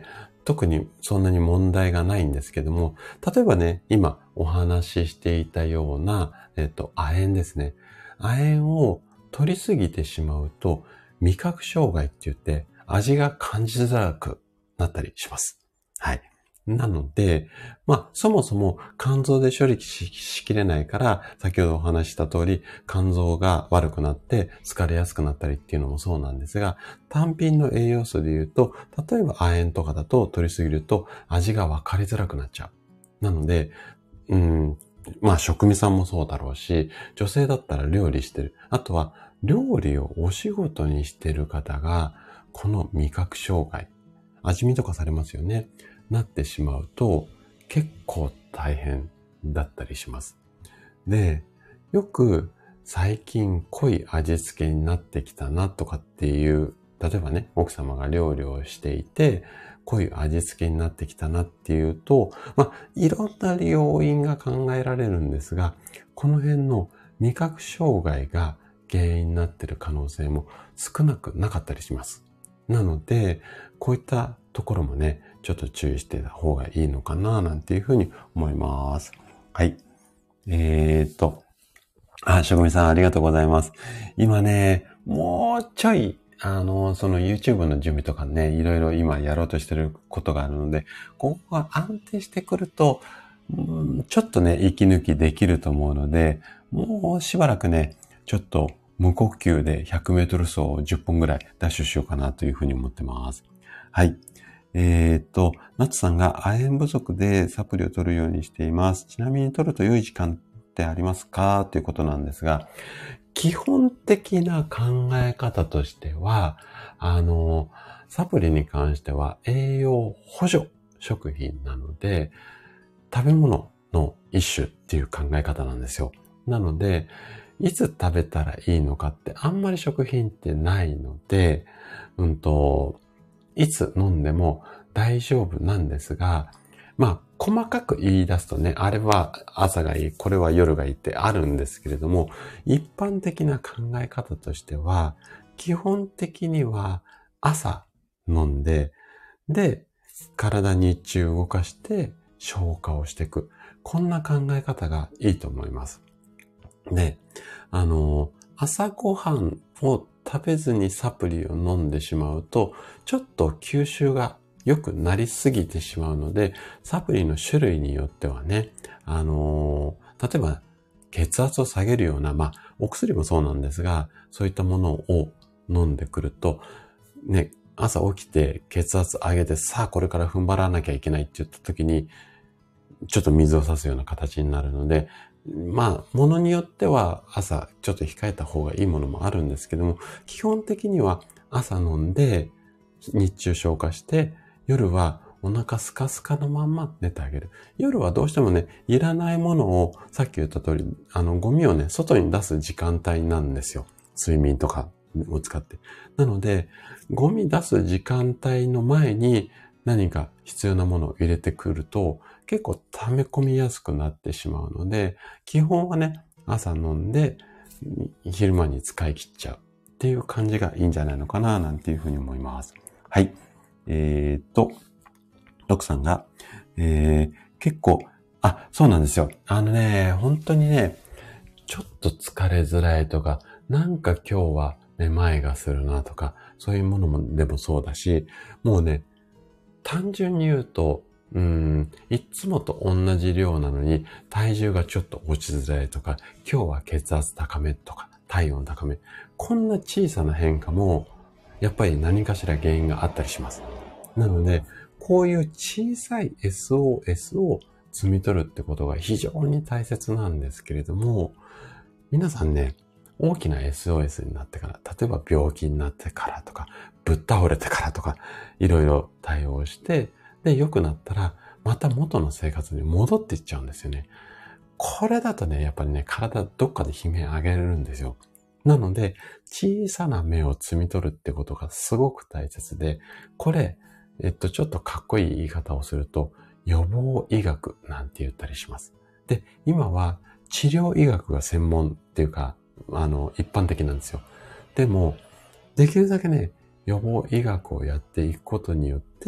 特にそんなに問題がないんですけども、例えばね、今お話ししていたような、えっと、亜鉛ですね。亜鉛を取りすぎてしまうと、味覚障害って言って、味が感じづらくなったりします。はい。なので、まあ、そもそも肝臓で処理し、しきれないから、先ほどお話しした通り、肝臓が悪くなって疲れやすくなったりっていうのもそうなんですが、単品の栄養素で言うと、例えば亜鉛とかだと取りすぎると味が分かりづらくなっちゃう。なので、うん、まあ、食味さんもそうだろうし、女性だったら料理してる。あとは、料理をお仕事にしてる方が、この味覚障害、味見とかされますよね。なってしまうと結構大変だったりします。で、よく最近濃い味付けになってきたなとかっていう、例えばね、奥様が料理をしていて、濃い味付けになってきたなっていうと、まあ、いろんな要因が考えられるんですが、この辺の味覚障害が原因になっている可能性も少なくなかったりします。なので、こういったところもね、ちょっと注意してた方がいいのかな、なんていうふうに思います。はい。えーっと、あ、しょこみさんありがとうございます。今ね、もうちょい、あの、その YouTube の準備とかね、いろいろ今やろうとしてることがあるので、ここが安定してくると、うん、ちょっとね、息抜きできると思うので、もうしばらくね、ちょっと無呼吸でひゃくメートル走をじゅっぽんぐらいダッシュしようかなというふうに思ってます。はい。えー、っと、ナツさんが亜鉛不足でサプリを取るようにしています。ちなみに取ると良い時間ってありますかということなんですが、基本的な考え方としては、あの、サプリに関しては栄養補助食品なので、食べ物の一種っていう考え方なんですよ。なので、いつ食べたらいいのかってあんまり食品ってないので、うんと、いつ飲んでも大丈夫なんですが、まあ、細かく言い出すとね、あれは朝がいい、これは夜がいいってあるんですけれども、一般的な考え方としては、基本的には朝飲んで、で、体日中動かして消化をしていく。こんな考え方がいいと思います。で、あの、朝ごはんを食べずにサプリを飲んでしまうと、ちょっと吸収が良くなりすぎてしまうので、サプリの種類によってはね、あの、例えば血圧を下げるような、まあ、お薬もそうなんですが、そういったものを飲んでくると、ね、朝起きて血圧上げて、さあこれから踏ん張らなきゃいけないって言った時に、ちょっと水を差すような形になるので、まあ、ものによっては朝ちょっと控えた方がいいものもあるんですけども、基本的には朝飲んで日中消化して、夜はお腹スカスカのまんま寝てあげる。夜はどうしてもね、いらないものを、さっき言った通り、あの、ゴミをね、外に出す時間帯なんですよ。睡眠とかを使って。なので、ゴミ出す時間帯の前に何か必要なものを入れてくると、結構溜め込みやすくなってしまうので、基本はね、朝飲んで、昼間に使い切っちゃうっていう感じがいいんじゃないのかな、なんていうふうに思います。はい。えー、っと、ロクさんが、えー、結構、あ、そうなんですよ。あのね、本当にね、ちょっと疲れづらいとか、なんか今日はめまいがするなとか、そういうものもでもそうだし、もうね、単純に言うと、うーん、いつもと同じ量なのに体重がちょっと落ちづらいとか、今日は血圧高めとか、体温高め。こんな小さな変化も、やっぱり何かしら原因があったりします。なので、こういう小さい エスオーエス を摘み取るってことが非常に大切なんですけれども、皆さんね、大きな エスオーエス になってから、例えば病気になってからとか、ぶっ倒れてからとか、いろいろ対応して、で、良くなったら、また元の生活に戻っていっちゃうんですよね。これだとね、やっぱりね、体どっかで悲鳴上げれるんですよ。なので、小さな芽を摘み取るってことがすごく大切で、これ、えっと、ちょっとかっこいい言い方をすると、予防医学なんて言ったりします。で、今は治療医学が専門っていうか、あの、一般的なんですよ。でも、できるだけね、予防医学をやっていくことによって、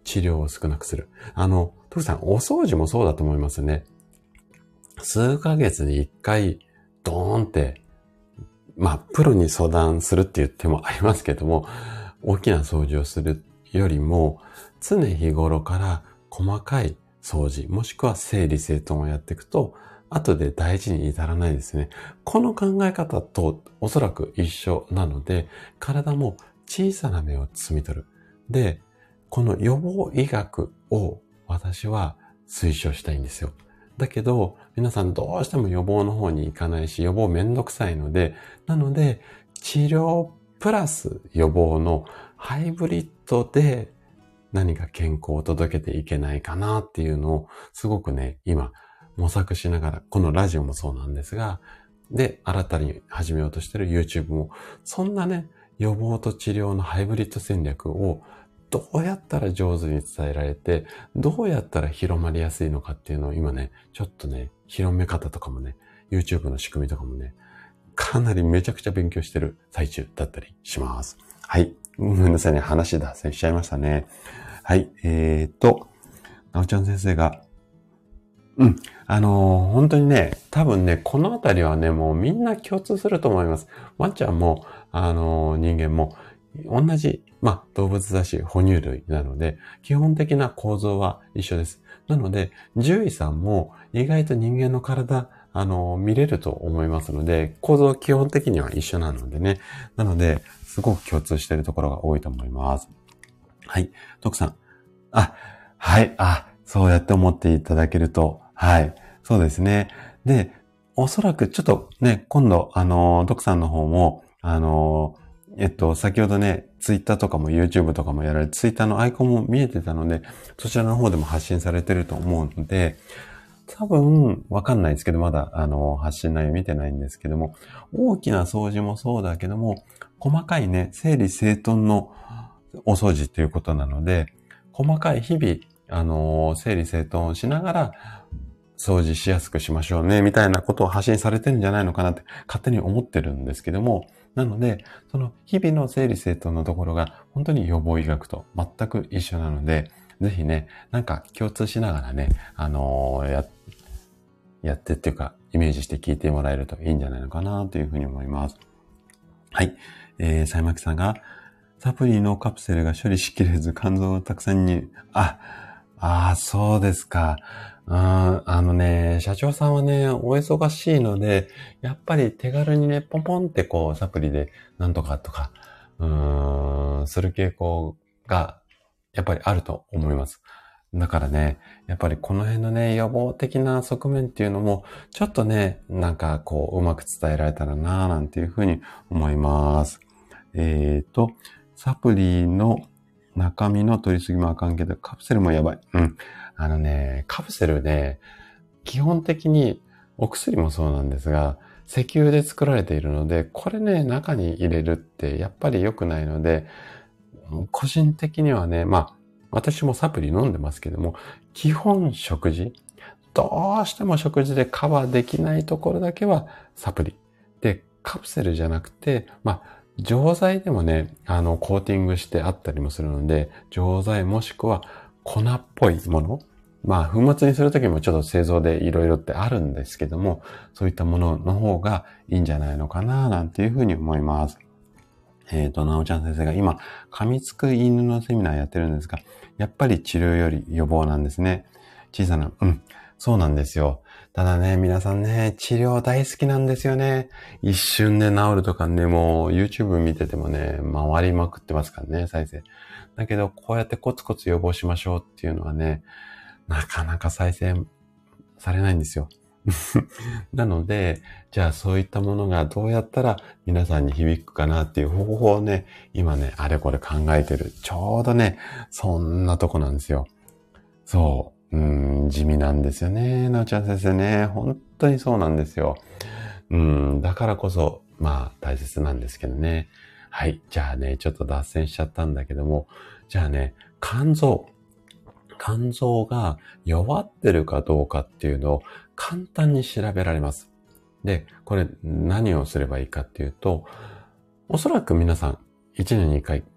治療を少なくする。あの、徳さん、お掃除もそうだと思いますね。数ヶ月に一回、ドーンって、まあ、プロに相談するって言ってもありますけども、大きな掃除をするよりも、常日頃から細かい掃除、もしくは整理整頓をやっていくと、後で大事に至らないですね。この考え方とおそらく一緒なので、体も小さな目を摘み取る。で、この予防医学を私は推奨したいんですよ。だけど、皆さんどうしても予防の方に行かないし、予防めんどくさいので、なので、治療プラス予防のハイブリッドで何か健康を届けていけないかなっていうのを、すごくね、今、模索しながら、このラジオもそうなんですが、で、新たに始めようとしている YouTube も、そんなね、予防と治療のハイブリッド戦略をどうやったら上手に伝えられて、どうやったら広まりやすいのかっていうのを今ね、ちょっとね、広め方とかもね、YouTube の仕組みとかもね、かなりめちゃくちゃ勉強してる最中だったりします。はい。ごめんなさいね、話脱線しちゃいましたね。はい。えーと、なおちゃん先生が、うん。あのー、本当にね、多分ね、このあたりはね、もうみんな共通すると思います。ワンちゃんも、あのー、人間も、同じ、まあ、動物だし、哺乳類なので、基本的な構造は一緒です。なので、獣医さんも意外と人間の体、あのー、見れると思いますので、構造基本的には一緒なのでね。なので、すごく共通しているところが多いと思います。はい。徳さん。あ、はい。あ、そうやって思っていただけると、はい。そうですね。で、おそらくちょっとね、今度、あの、ドクさんの方も、あの、えっと、先ほどね、ツイッターとかも YouTube とかもやられて、ツイッターのアイコンも見えてたので、そちらの方でも発信されてると思うので、多分、わかんないですけど、まだ、あの、発信内容見てないんですけども、大きな掃除もそうだけども、細かいね、整理整頓のお掃除ということなので、細かい日々、あの、整理整頓をしながら、掃除しやすくしましょうね、みたいなことを発信されてるんじゃないのかなって勝手に思ってるんですけども、なので、その日々の整理整頓のところが本当に予防医学と全く一緒なので、ぜひね、なんか共通しながらね、あのー、や、やってっていうか、イメージして聞いてもらえるといいんじゃないのかなというふうに思います。はい。えー、さいまきさんが、サプリのカプセルが処理しきれず肝臓がたくさんに、あ、ああ、そうですか。ああのね、社長さんはね、お忙しいので、やっぱり手軽にね、ポンポンってこう、サプリでなんとかとか、うーん、する傾向が、やっぱりあると思います。だからね、やっぱりこの辺のね、予防的な側面っていうのも、ちょっとね、なんかこう、うまく伝えられたらなぁ、なんていうふうに思います。えっと、サプリの中身の取りすぎもあかんけど、カプセルもやばい。うん。あのね、カプセルね、基本的にお薬もそうなんですが、石油で作られているので、これね、中に入れるってやっぱり良くないので、個人的にはね、まあ、私もサプリ飲んでますけども、基本食事、どうしても食事でカバーできないところだけはサプリ。で、カプセルじゃなくて、まあ、錠剤でもね、あの、コーティングしてあったりもするので、錠剤もしくは粉っぽいもの。まあ、粉末にするときもちょっと製造でいろいろってあるんですけども、そういったものの方がいいんじゃないのかな、なんていうふうに思います。えっと、なおちゃん先生が今、噛みつく犬のセミナーやってるんですが、やっぱり治療より予防なんですね。小さな、うん、そうなんですよ。ただね、皆さんね、治療大好きなんですよね。一瞬で治るとかね、もう YouTube 見ててもね、回りまくってますからね、再生。だけど、こうやってコツコツ予防しましょうっていうのはね、なかなか再生されないんですよ。なので、じゃあそういったものがどうやったら皆さんに響くかなっていう方法をね、今ね、あれこれ考えてる。ちょうどね、そんなとこなんですよ。そう。うーん、地味なんですよね。なおちゃん先生ね。本当にそうなんですよ。うん、だからこそ、まあ大切なんですけどね。はい。じゃあね、ちょっと脱線しちゃったんだけども、じゃあね、肝臓。肝臓が弱ってるかどうかっていうのを簡単に調べられます。で、これ何をすればいいかっていうと、おそらく皆さんいちねんにいっかい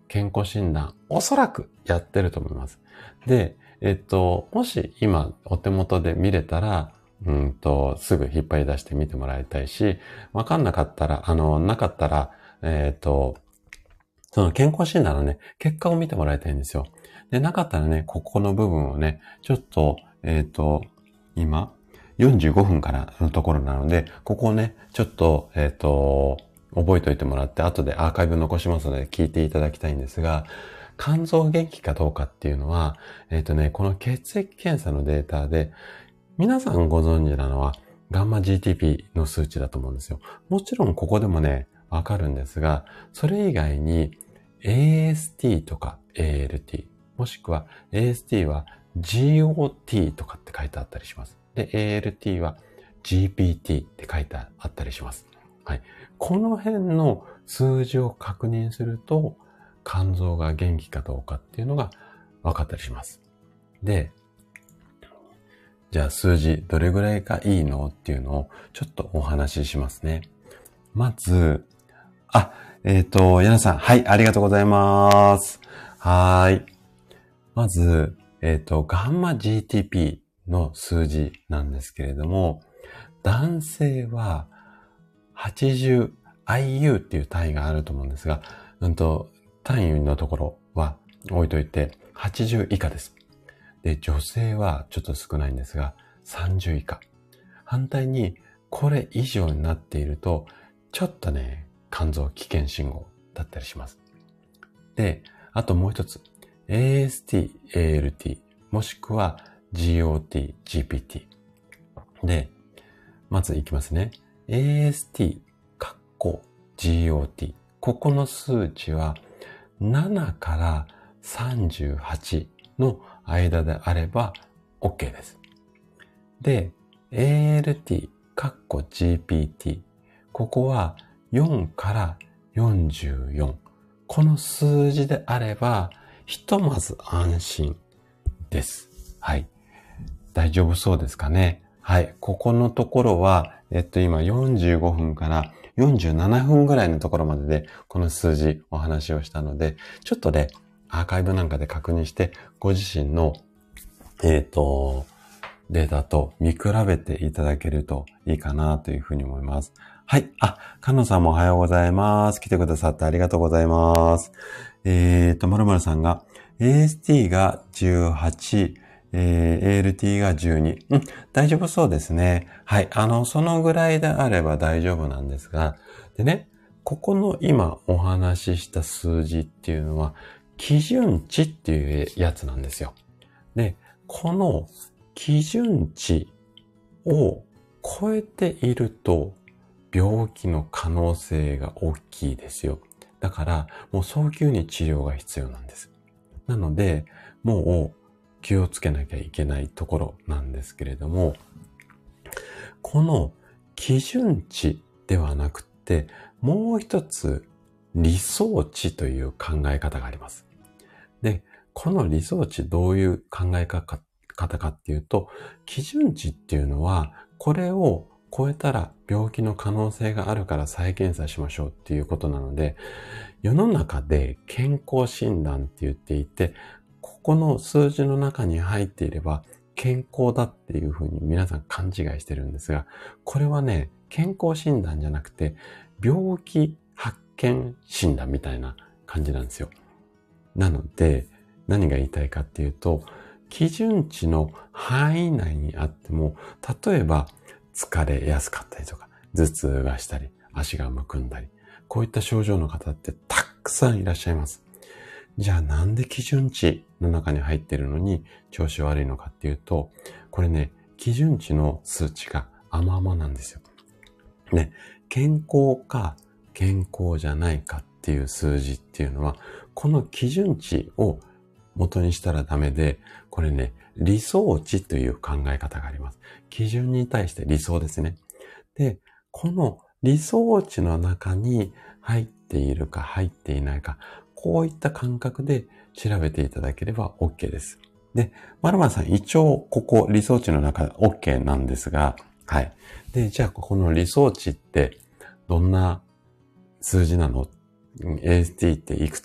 健康診断、おそらくやってると思います。で、えっと、もし今お手元で見れたら、うんと、すぐ引っ張り出して見てもらいたいし、わかんなかったら、あの、なかったら、えっと、その健康診断のね、結果を見てもらいたいんですよ。で、なかったらね、ここの部分をね、ちょっと、えっと、今、よんじゅうごふんからのところなので、ここをね、ちょっと、えっと、覚えておいてもらって、後でアーカイブ残しますので聞いていただきたいんですが、肝臓元気かどうかっていうのは、えっとね、この血液検査のデータで、皆さんご存知なのは、ガンマ ジーティーピー の数値だと思うんですよ。もちろんここでもね、わかるんですが、それ以外に エーエスティー とか エーエルティー、もしくは エーエスティー は ジーオーティー とかって書いてあったりします。で、エーエルティー は ジーピーティー って書いてあったりします。はい。この辺の数字を確認すると、肝臓が元気かどうかっていうのが分かったりします。で、じゃあ数字どれぐらいがいいのっていうのをちょっとお話ししますね。まず、あ、えっと、やなさん、はい、ありがとうございます。はい。まず、えっと、ガンマ ジーティーピー の数字なんですけれども、男性ははちじゅうアイユー っていう単位があると思うんですが、うんと、単位のところは置いといてはちじゅう以下です。で、女性はちょっと少ないんですが、さんじゅう以下。反対に、これ以上になっていると、ちょっとね、肝臓危険信号だったりします。で、あともう一つ、エーエスティー、エーエルティー、もしくは ジーオーティー、ジーピーティー。で、まずいきますね。エーエスティー、カッコ ジーオーティー。ここの数値はななからさんじゅうはちの間であれば OK です。で、エーエルティー、カッコ ジーピーティー。ここはよんからよんじゅうよん。この数字であれば、ひとまず安心です。はい。大丈夫そうですかね。はい。ここのところは、えっと今よんじゅうごふんからよんじゅうななふんぐらいのところまでで、この数字お話をしたので、ちょっとね、アーカイブなんかで確認して、ご自身の、えっと、データと見比べていただけるといいかなというふうに思います。はい。あ、かのさんもおはようございます。来てくださってありがとうございます。えっと、まるまるさんが、エーエスティー がじゅうはち、えー、エーエルティー がじゅうに。うん、大丈夫そうですね。はい。あの、そのぐらいであれば大丈夫なんですが、でね、ここの今お話しした数字っていうのは、基準値っていうやつなんですよ。で、この基準値を超えていると、病気の可能性が大きいですよ。だから、もう早急に治療が必要なんです。なので、もう気をつけなきゃいけないところなんですけれども、この基準値ではなくて、もう一つ理想値という考え方があります。で、この理想値どういう考え方かっていうと、基準値っていうのは、これを超えたら病気の可能性があるから再検査しましょうっていうことなので、世の中で健康診断って言っていて、ここの数字の中に入っていれば健康だっていうふうに皆さん勘違いしてるんですが、これはね、健康診断じゃなくて病気発見診断みたいな感じなんですよ。なので、何が言いたいかっていうと、基準値の範囲内にあっても、例えば疲れやすかったりとか、頭痛がしたり、足がむくんだり、こういった症状の方ってたくさんいらっしゃいます。じゃあなんで基準値の中に入っているのに調子悪いのかっていうと、これね、基準値の数値が甘々なんですよ。ね、健康か健康じゃないかっていう数字っていうのは、この基準値を元にしたらダメで、これね、理想値という考え方があります。基準に対して理想ですね。で、この理想値の中に入っているか入っていないか、こういった感覚で調べていただければ OK です。で、まるまるさん一応ここ理想値の中 OK なんですが、はい。で、じゃあここの理想値ってどんな数字なの？ エーエスティー っていくつ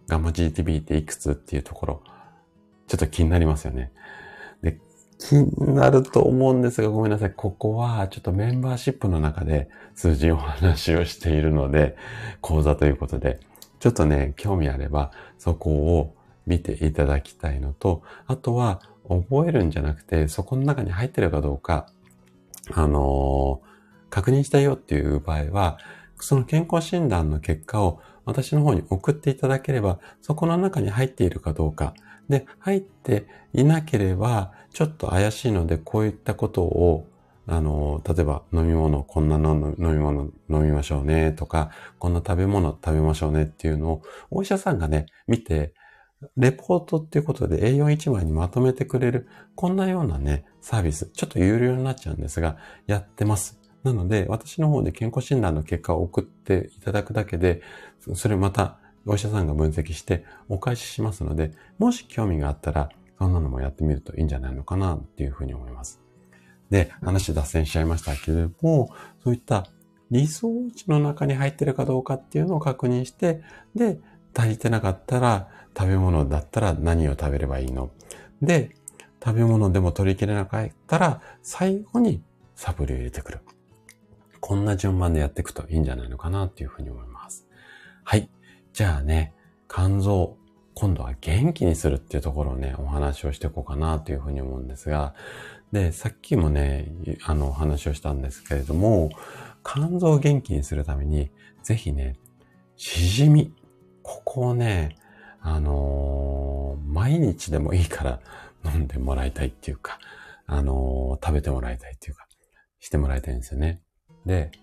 ガンマ ジーティービー っていくつっていうところ、ちょっと気になりますよね。で、気になると思うんですが、ごめんなさい。ここはちょっとメンバーシップの中で数字お話をしているので、講座ということで、ちょっとね、興味あればそこを見ていただきたいのと、あとは覚えるんじゃなくて、そこの中に入ってるかどうか、あのー、確認したいよっていう場合は、その健康診断の結果を私の方に送っていただければ、そこの中に入っているかどうか。で、入っていなければ、ちょっと怪しいので、こういったことを、あの、例えば飲み物、こんなの飲み物飲みましょうねとか、こんな食べ物食べましょうねっていうのを、お医者さんがね、見て、レポートっていうことで エーよんいち 枚にまとめてくれる、こんなようなね、サービス、ちょっと有料になっちゃうんですが、やってます。なので、私の方で健康診断の結果を送っていただくだけで、それまたお医者さんが分析してお返ししますので、もし興味があったら、そんなのもやってみるといいんじゃないのかなっていうふうに思います。で、話脱線しちゃいましたけれども、そういった理想値の中に入ってるかどうかっていうのを確認して、で、足りてなかったら、食べ物だったら何を食べればいいの？で、食べ物でも取り切れなかったら、最後にサプリを入れてくる。こんな順番でやっていくといいんじゃないのかなっていうふうに思います。はい。じゃあね、肝臓、今度は元気にするっていうところをね、お話をしていこうかなというふうに思うんですが、で、さっきもね、あの、お話をしたんですけれども、肝臓を元気にするために、ぜひね、しじみ、ここをね、あのー、毎日でもいいから飲んでもらいたいっていうか、あのー、食べてもらいたいっていうか、してもらいたいんですよね。で、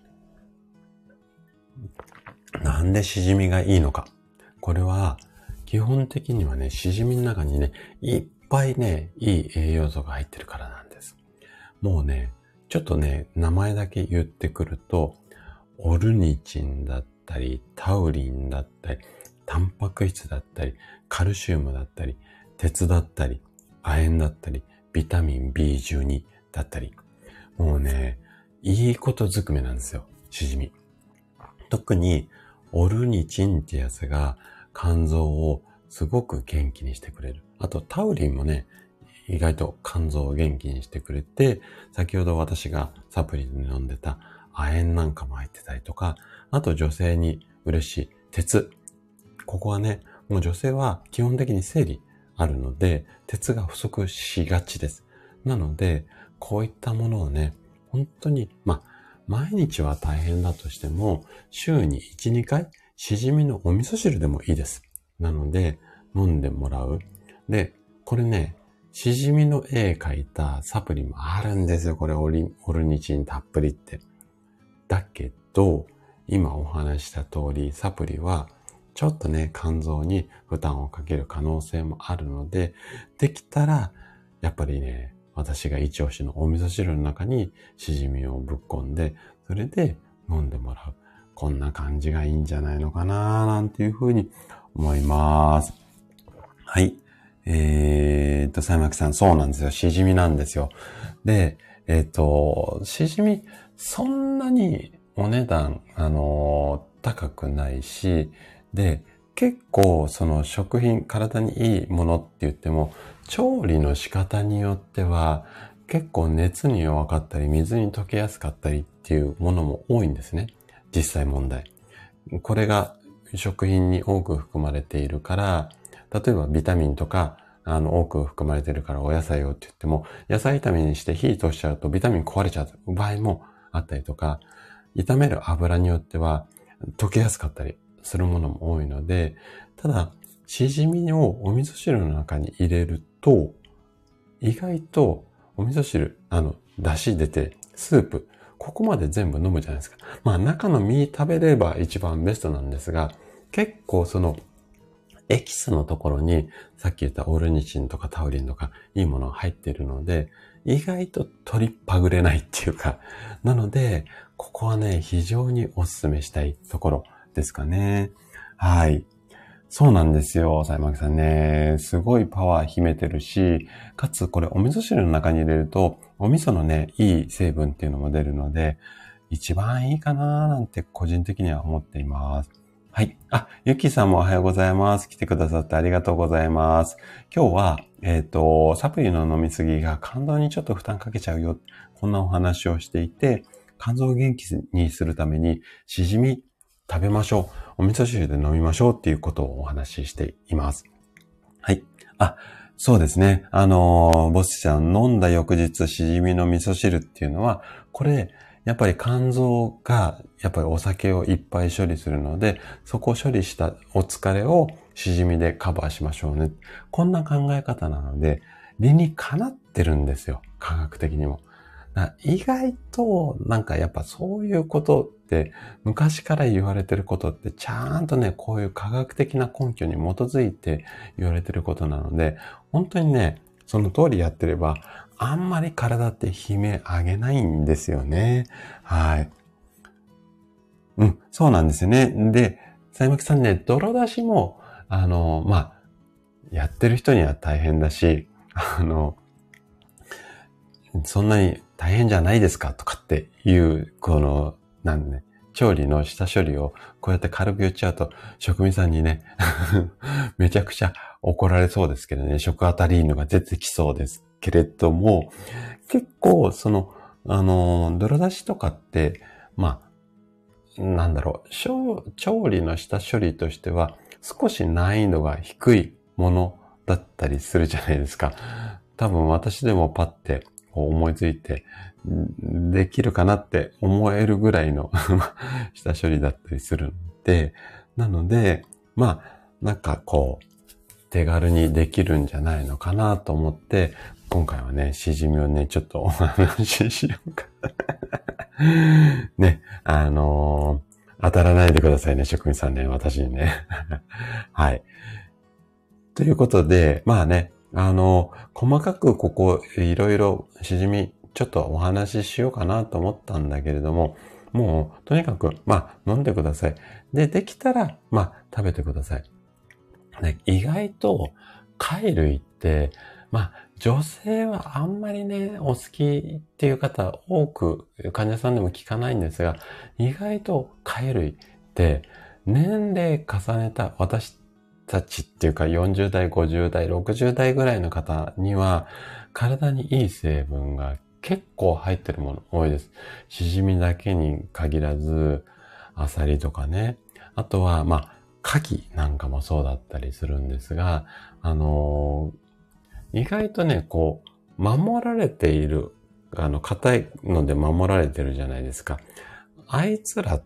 なんでしじみがいいのか。これは、基本的にはね、しじみの中にね、いっぱいね、いい栄養素が入ってるからなんです。もうね、ちょっとね、名前だけ言ってくると、オルニチンだったり、タウリンだったり、タンパク質だったり、カルシウムだったり、鉄だったり、亜鉛だったり、ビタミン ビーじゅうに だったり、もうね、いいことずくめなんですよ、しじみ。特に、オルニチンってやつが肝臓をすごく元気にしてくれる。あと、タウリンもね、意外と肝臓を元気にしてくれて、先ほど私がサプリで飲んでた亜鉛なんかも入ってたりとか、あと女性に嬉しい鉄。ここはね、もう女性は基本的に生理あるので、鉄が不足しがちです。なので、こういったものをね、本当に、まあ、毎日は大変だとしても、週にいち、にかい、しじみのお味噌汁でもいいです。なので、飲んでもらう。で、これね、しじみの絵描いたサプリもあるんですよ。これオリ、オルニチンたっぷりって。だけど、今お話した通り、サプリは、ちょっとね、肝臓に負担をかける可能性もあるので、できたら、やっぱりね、私が一押しのお味噌汁の中にしじみをぶっ込んで、それで飲んでもらう。こんな感じがいいんじゃないのかななんていうふうに思います。はい。えーっと、さやまきさん、そうなんですよ。しじみなんですよ。で、えーっと、しじみ、そんなにお値段、あのー、高くないし、で、結構その食品、体にいいものって言っても、調理の仕方によっては、結構熱に弱かったり、水に溶けやすかったりっていうものも多いんですね。実際問題。これが食品に多く含まれているから、例えばビタミンとか、あの、多く含まれているからお野菜をって言っても、野菜炒めにして火通しちゃうとビタミン壊れちゃう場合もあったりとか、炒める油によっては溶けやすかったりするものも多いので、ただ、しじみをお味噌汁の中に入れると、意外とお味噌汁、あの、出汁出て、スープ、ここまで全部飲むじゃないですか。まあ中の身食べれば一番ベストなんですが、結構そのエキスのところにさっき言ったオルニチンとかタウリンとかいいものが入っているので、意外と取りっぱぐれないっていうか、なので、ここはね、非常にお勧めしたいところですかね。はい。そうなんですよ、さいまきさんね。すごいパワー秘めてるし、かつこれお味噌汁の中に入れると、お味噌のね、いい成分っていうのも出るので、一番いいかなーなんて個人的には思っています。はい。 はい。あ、ゆきさんもおはようございます。来てくださってありがとうございます。今日は、えっと、サプリの飲みすぎが肝臓にちょっと負担かけちゃうよ。こんなお話をしていて、肝臓を元気にするために、しじみ食べましょう。お味噌汁で飲みましょうっていうことをお話ししています。はい。あ、そうですね。あの、ボスちゃん飲んだ翌日しじみの味噌汁っていうのは、これ、やっぱり肝臓が、やっぱりお酒をいっぱい処理するので、そこを処理したお疲れをしじみでカバーしましょうね。こんな考え方なので、理にかなってるんですよ。科学的にも。意外と、なんかやっぱそういうことって、昔から言われてることって、ちゃんとね、こういう科学的な根拠に基づいて言われてることなので、本当にね、その通りやってれば、あんまり体って悲鳴上げないんですよね。はい。うん、そうなんですよね。で、さいまきさんね、泥出しも、あの、まあ、やってる人には大変だし、あの、そんなに大変じゃないですかとかっていう、この、なんね、調理の下処理をこうやって軽く言っちゃうと、職人さんにね、めちゃくちゃ怒られそうですけどね、食あたりのが出てきそうですけれども、結構、その、あの、泥出しとかって、まあ、なんだろう、調理の下処理としては、少し難易度が低いものだったりするじゃないですか。多分私でもパッて思いついて、できるかなって思えるぐらいの下処理だったりするんで、なので、まあ、なんかこう、手軽にできるんじゃないのかなと思って、今回はね、しじみをね、ちょっとお話ししようか。ね、あのー、当たらないでくださいね、職人さんね、私にね。はい。ということで、まあね、あの、細かくここいろいろしじみちょっとお話ししようかなと思ったんだけれども、もうとにかく、まあ飲んでください。で、できたら、まあ食べてください。ね、意外と貝類って、まあ女性はあんまりね、お好きっていう方多く患者さんでも聞かないんですが、意外と貝類って年齢重ねた私たちっていうかよんじゅう代、ごじゅう代、ろくじゅう代ぐらいの方には体にいい成分が結構入ってるもの多いです。しじみだけに限らず、アサリとかね。あとは、まあ、牡蠣なんかもそうだったりするんですが、あのー、意外とね、こう、守られている、あの、硬いので守られてるじゃないですか。あいつらって、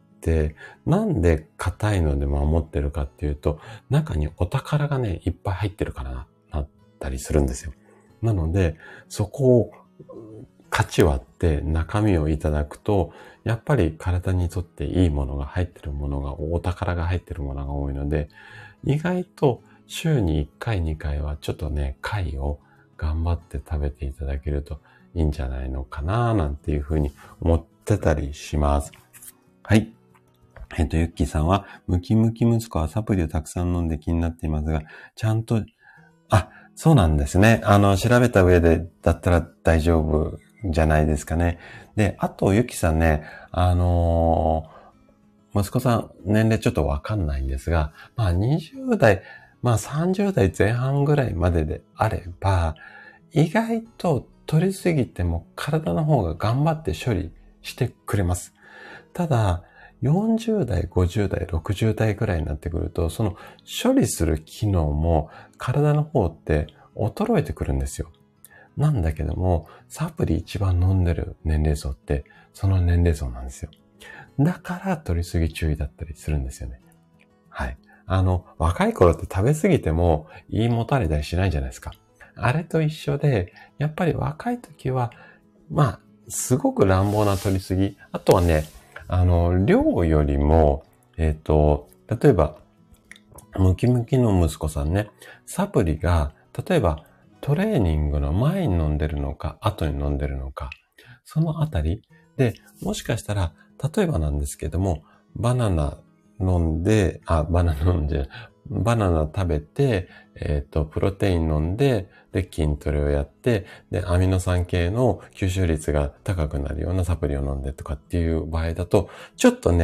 なんで硬いので守ってるかっていうと、中にお宝がね、いっぱい入ってるからな、なったりするんですよ。なので、そこを価値割って中身をいただくと、やっぱり体にとっていいものが入ってるものが、お宝が入ってるものが多いので、意外と週にいっかい、にかいはちょっとね、貝を頑張って食べていただけるといいんじゃないのかな、なんていうふうに思ってたりします。はい。えっと、ゆっきーさんは、ムキムキ息子はサプリをたくさん飲んで気になっていますが、ちゃんと、あ、そうなんですね。あの、調べた上でだったら大丈夫じゃないですかね。で、あと、ゆきさんね、あのー、息子さん、年齢ちょっとわかんないんですが、まあにじゅう代、まあさんじゅう代前半ぐらいまでであれば、意外と取りすぎても体の方が頑張って処理してくれます。ただ、よんじゅう代、ごじゅう代、ろくじゅう代ぐらいになってくると、その処理する機能も体の方って衰えてくるんですよ。なんだけども、サプリ一番飲んでる年齢層って、その年齢層なんですよ。だから取りすぎ注意だったりするんですよね。はい。あの、若い頃って食べ過ぎても胃もたれたりしないじゃないですか。あれと一緒で、やっぱり若い時は、まあ、すごく乱暴な取りすぎ。あとはね、あの、量よりも、えっと、例えば、ムキムキの息子さんね、サプリが、例えば、トレーニングの前に飲んでるのか、後に飲んでるのか、そのあたりで、もしかしたら、例えばなんですけども、バナナ飲んで、あ、バナナ飲んで、バナナ食べて、えっと、プロテイン飲んで、で、筋トレをやって、で、アミノ酸系の吸収率が高くなるようなサプリを飲んでとかっていう場合だと、ちょっとね、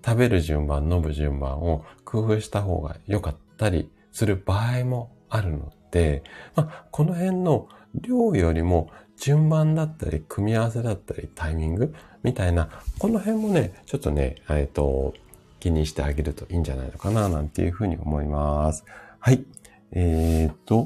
食べる順番、飲む順番を工夫した方が良かったりする場合もあるので、まあ、この辺の量よりも順番だったり、組み合わせだったり、タイミングみたいな、この辺もね、ちょっとね、えっと、気にしてあげるといいんじゃないのかな、なんていうふうに思います。はい。えーっと、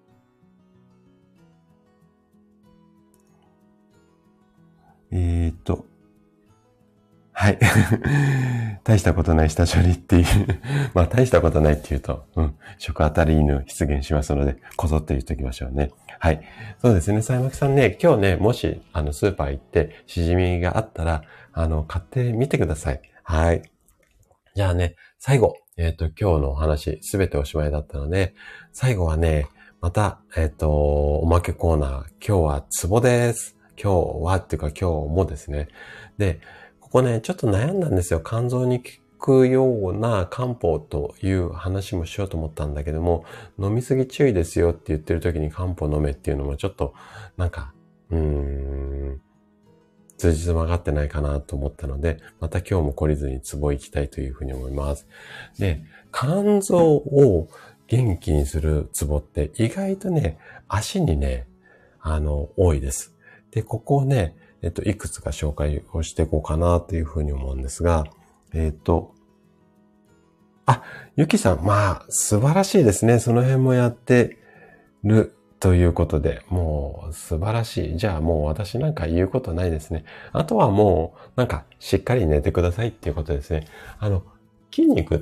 えーっと、はい。大したことない下処理っていうまあ大したことないっていうと、うん、食あたり犬出現しますので、こぞって言っときましょうね。はい。そうですね。さいまきさんね、今日ね、もし、あの、スーパー行って、しじみがあったら、あの、買ってみてください。はい。じゃあね、最後、えっと、今日のお話、すべておしまいだったので、最後はね、また、えっと、おまけコーナー、今日はツボです。今日はっていうか今日もですね。で、ここね、ちょっと悩んだんですよ。肝臓に効くような漢方という話もしようと思ったんだけども、飲みすぎ注意ですよって言ってる時に漢方飲めっていうのもちょっと、なんか、うーん、通じつまがってないかなと思ったので、また今日も懲りずにツボ行きたいというふうに思います。で、肝臓を元気にするツボって意外とね、足にね、あの、多いです。で、ここをね、えっと、いくつか紹介をしていこうかなというふうに思うんですが、えっと、あ、ゆきさん、まあ、素晴らしいですね。その辺もやってるということで、もう素晴らしい。じゃあもう私なんか言うことないですね。あとはもう、なんかしっかり寝てくださいっていうことですね。あの、筋肉って、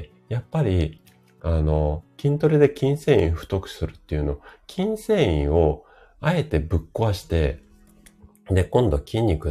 やっぱり、あの、筋トレで筋繊維太くするっていうの、筋繊維をあえてぶっ壊して、で、今度筋肉って、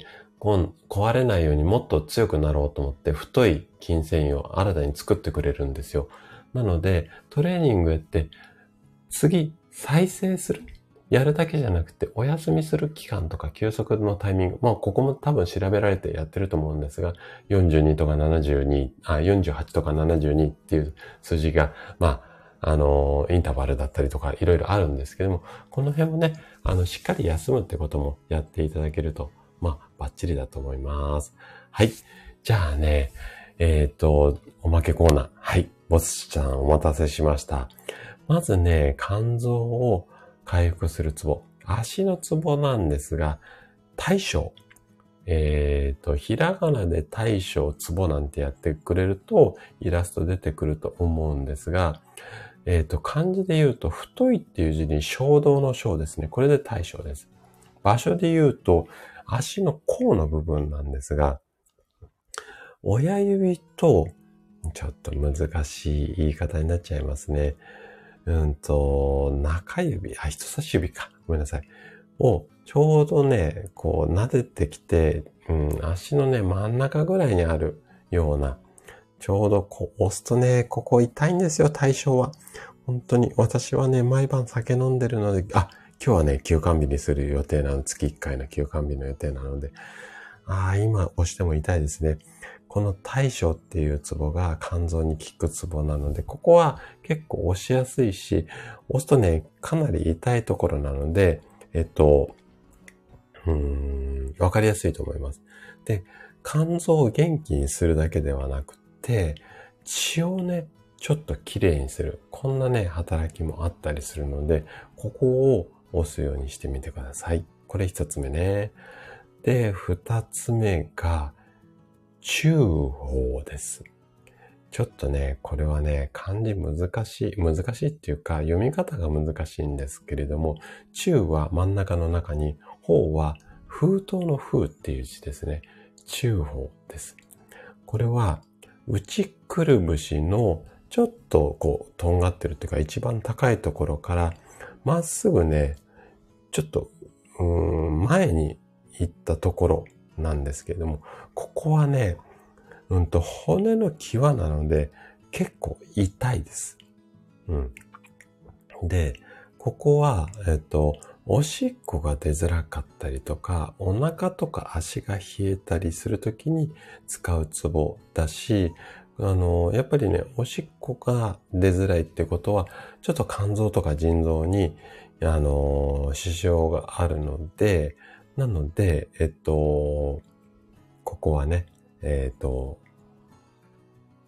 壊れないようにもっと強くなろうと思って太い筋繊維を新たに作ってくれるんですよ。なので、トレーニングって次、再生する。やるだけじゃなくて、お休みする期間とか休息のタイミング。まあ、ここも多分調べられてやってると思うんですが、よんじゅうにとかななじゅうに、あ、よんじゅうはちとかななじゅうにっていう数字が、まあ、あの、インターバルだったりとかいろいろあるんですけども、この辺もね、あの、しっかり休むってこともやっていただけると、まあ、バッチリだと思います。はい。じゃあね、えっと、おまけコーナー。はい。ボスちゃんお待たせしました。まずね、肝臓を回復するツボ。足のツボなんですが、大将。えっと、ひらがなで大将ツボなんてやってくれると、イラスト出てくると思うんですが、えっと、漢字で言うと、太いっていう字に衝動の衝ですね。これで大将です。場所で言うと、足の甲の部分なんですが、親指と、ちょっと難しい言い方になっちゃいますね。うんと、中指、あ、人差し指か。ごめんなさい。を、ちょうどね、こう、撫でてきて、うん、足のね、真ん中ぐらいにあるような、ちょうどこう、押すとね、ここ痛いんですよ、対象は。本当に、私はね、毎晩酒飲んでるので、あ、今日はね、休館日にする予定なの、月いっかいの休館日の予定なので、ああ、今押しても痛いですね。この大将っていうツボが肝臓に効くツボなので、ここは結構押しやすいし、押すとね、かなり痛いところなので、えっと、うーん、わかりやすいと思います。で、肝臓を元気にするだけではなくて、血をね、ちょっときれいにする。こんなね、働きもあったりするので、ここを押すようにしてみてください。これ一つ目ね。で、二つ目が、中法です。ちょっとね、これはね、漢字難しい、難しいっていうか、読み方が難しいんですけれども、中は真ん中の中に、法は封筒の封っていう字ですね。中法です。これは、内くるぶしのちょっとこう、とんがってるっていうか、一番高いところから、まっすぐね、ちょっと、うーん、前に行ったところなんですけれども、ここはね、うんと、骨の際なので、結構痛いです。うん。で、ここは、えっと、おしっこが出づらかったりとか、お腹とか足が冷えたりするときに使うツボだし、あの、やっぱりね、おしっこが出づらいってことは、ちょっと肝臓とか腎臓に、あの、支障があるので、なので、えっと、ここはね、えっと、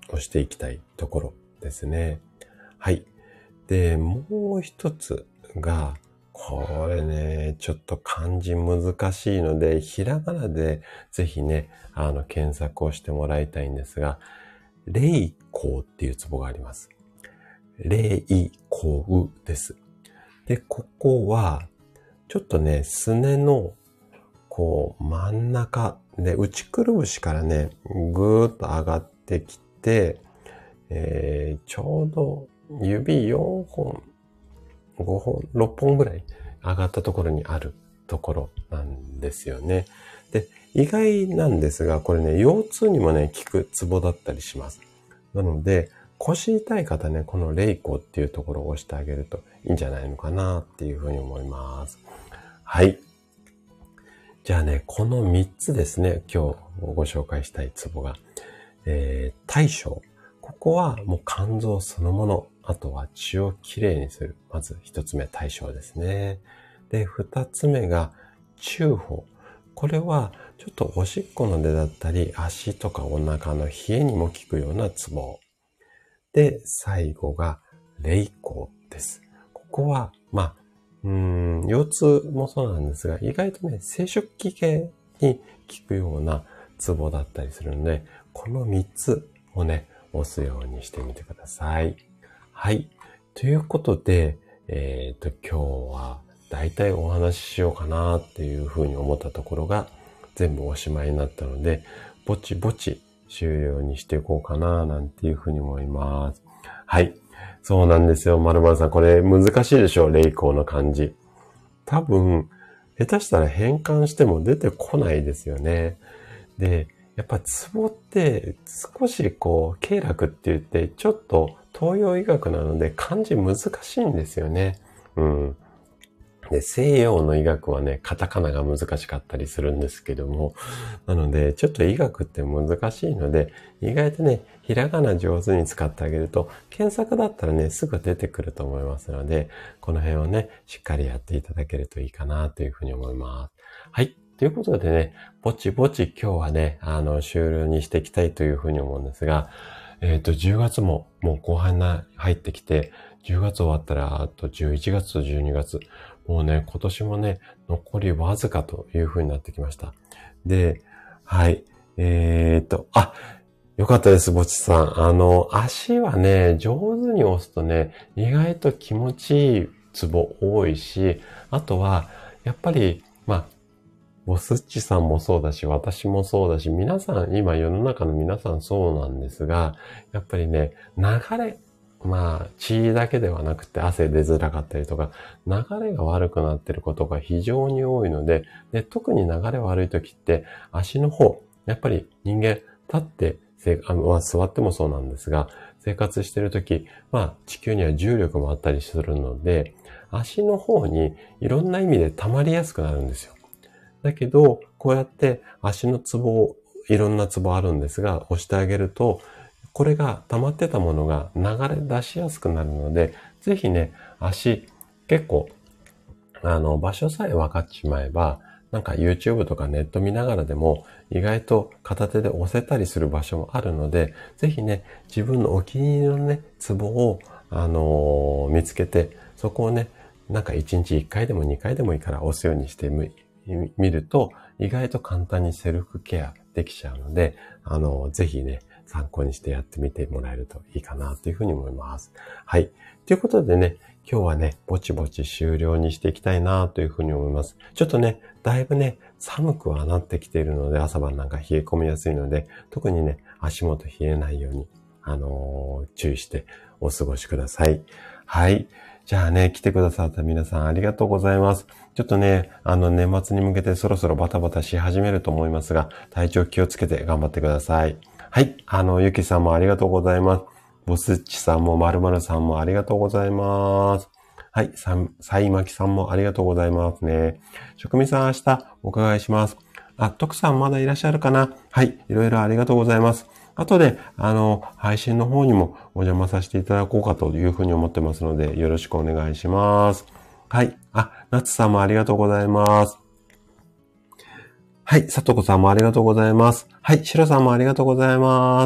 をしていきたいところですね。はい。で、もう一つが、これね、ちょっと漢字難しいので、ひらがなでぜひね、あの、検索をしてもらいたいんですが、霊光っていうツボがあります。霊光です。で、ここは、ちょっとね、すねの、こう、真ん中で、内くるぶしからね、ぐーっと上がってきて、えー、ちょうど指よんほん、ごほん、ろっぽんぐらい上がったところにあるところなんですよね。で、意外なんですが、これね、腰痛にもね、効くツボだったりします。なので、腰痛い方ね、この霊光っていうところを押してあげるといいんじゃないのかなっていうふうに思います。はい。じゃあね、このみっつですね、今日ご紹介したいツボが、えー、大将。ここはもう肝臓そのもの。あとは血をきれいにする。まず一つ目、大将ですね。で、二つ目が中法。これはちょっとおしっこの出だったり、足とかお腹の冷えにも効くようなツボ。で、最後が霊光です。ここは、まあ、うーん、腰痛もそうなんですが、意外とね、生殖器系に効くようなツボだったりするので、このみっつをね、押すようにしてみてください。はい。ということで、えっと、今日はだいたいお話ししようかなっていうふうに思ったところが全部おしまいになったので、ぼちぼち終了にしていこうかななんていうふうに思います。はい。そうなんですよ。〇〇さん。これ難しいでしょう。霊光の漢字。多分、下手したら変換しても出てこないですよね。で、やっぱツボって少しこう、経絡って言ってちょっと東洋医学なので漢字難しいんですよね。うん。で、西洋の医学はね、カタカナが難しかったりするんですけども、なので、ちょっと医学って難しいので、意外とね、ひらがな上手に使ってあげると、検索だったらね、すぐ出てくると思いますので、この辺をね、しっかりやっていただけるといいかなというふうに思います。はい。ということでね、ぼちぼち今日はね、あの、終了にしていきたいというふうに思うんですが、えっと、じゅうがつももう後半に入ってきて、じゅうがつ終わったら、あとじゅういちがつとじゅうにがつ、もうね、今年もね、残りわずかという風になってきました。で、はい。えー、っと、あ、よかったです、ぼちさん。あの、足はね、上手に押すとね、意外と気持ちいいツボ多いし、あとは、やっぱり、まあ、ボスッチさんもそうだし、私もそうだし、皆さん、今世の中の皆さんそうなんですが、やっぱりね、流れ、まあ、血だけではなくて汗出づらかったりとか、流れが悪くなっていることが非常に多いので、で特に流れ悪い時って、足の方、やっぱり人間、立って、あの、まあ、座ってもそうなんですが、生活している時、まあ、地球には重力もあったりするので、足の方にいろんな意味で溜まりやすくなるんですよ。だけど、こうやって足のツボ、いろんなツボあるんですが、押してあげると、これが溜まってたものが流れ出しやすくなるので、ぜひね、足、結構、あの、場所さえ分かっちまえば、なんか YouTube とかネット見ながらでも、意外と片手で押せたりする場所もあるので、ぜひね、自分のお気に入りのね、ツボを、あのー、見つけて、そこをね、なんかいちにちいっかいでもにかいでもいいから押すようにしてみ、見ると、意外と簡単にセルフケアできちゃうので、あの、ぜひね、参考にしてやってみてもらえるといいかなというふうに思います。はい。ということでね、今日はね、ぼちぼち終了にしていきたいなというふうに思います。ちょっとね、だいぶね、寒くはなってきているので、朝晩なんか冷え込みやすいので、特にね、足元冷えないように、あのー、注意してお過ごしください。はい。じゃあね、来てくださった皆さんありがとうございます。ちょっとね、あの年末に向けてそろそろバタバタし始めると思いますが、体調気をつけて頑張ってください。はい。あの、ゆきさんもありがとうございます。ボスッチさんもまるまるさんもありがとうございます。はい。さん、さいまきさんもありがとうございますね。職味さん明日お伺いします。あ、徳さんまだいらっしゃるかな？はい。いろいろありがとうございます。後で、あの、配信の方にもお邪魔させていただこうかというふうに思ってますので、よろしくお願いします。はい。あ、ナツさんもありがとうございます。はい。さとこさんもありがとうございます。はい。シロさんもありがとうございます。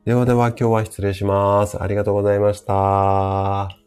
ではでは今日は失礼します。ありがとうございました。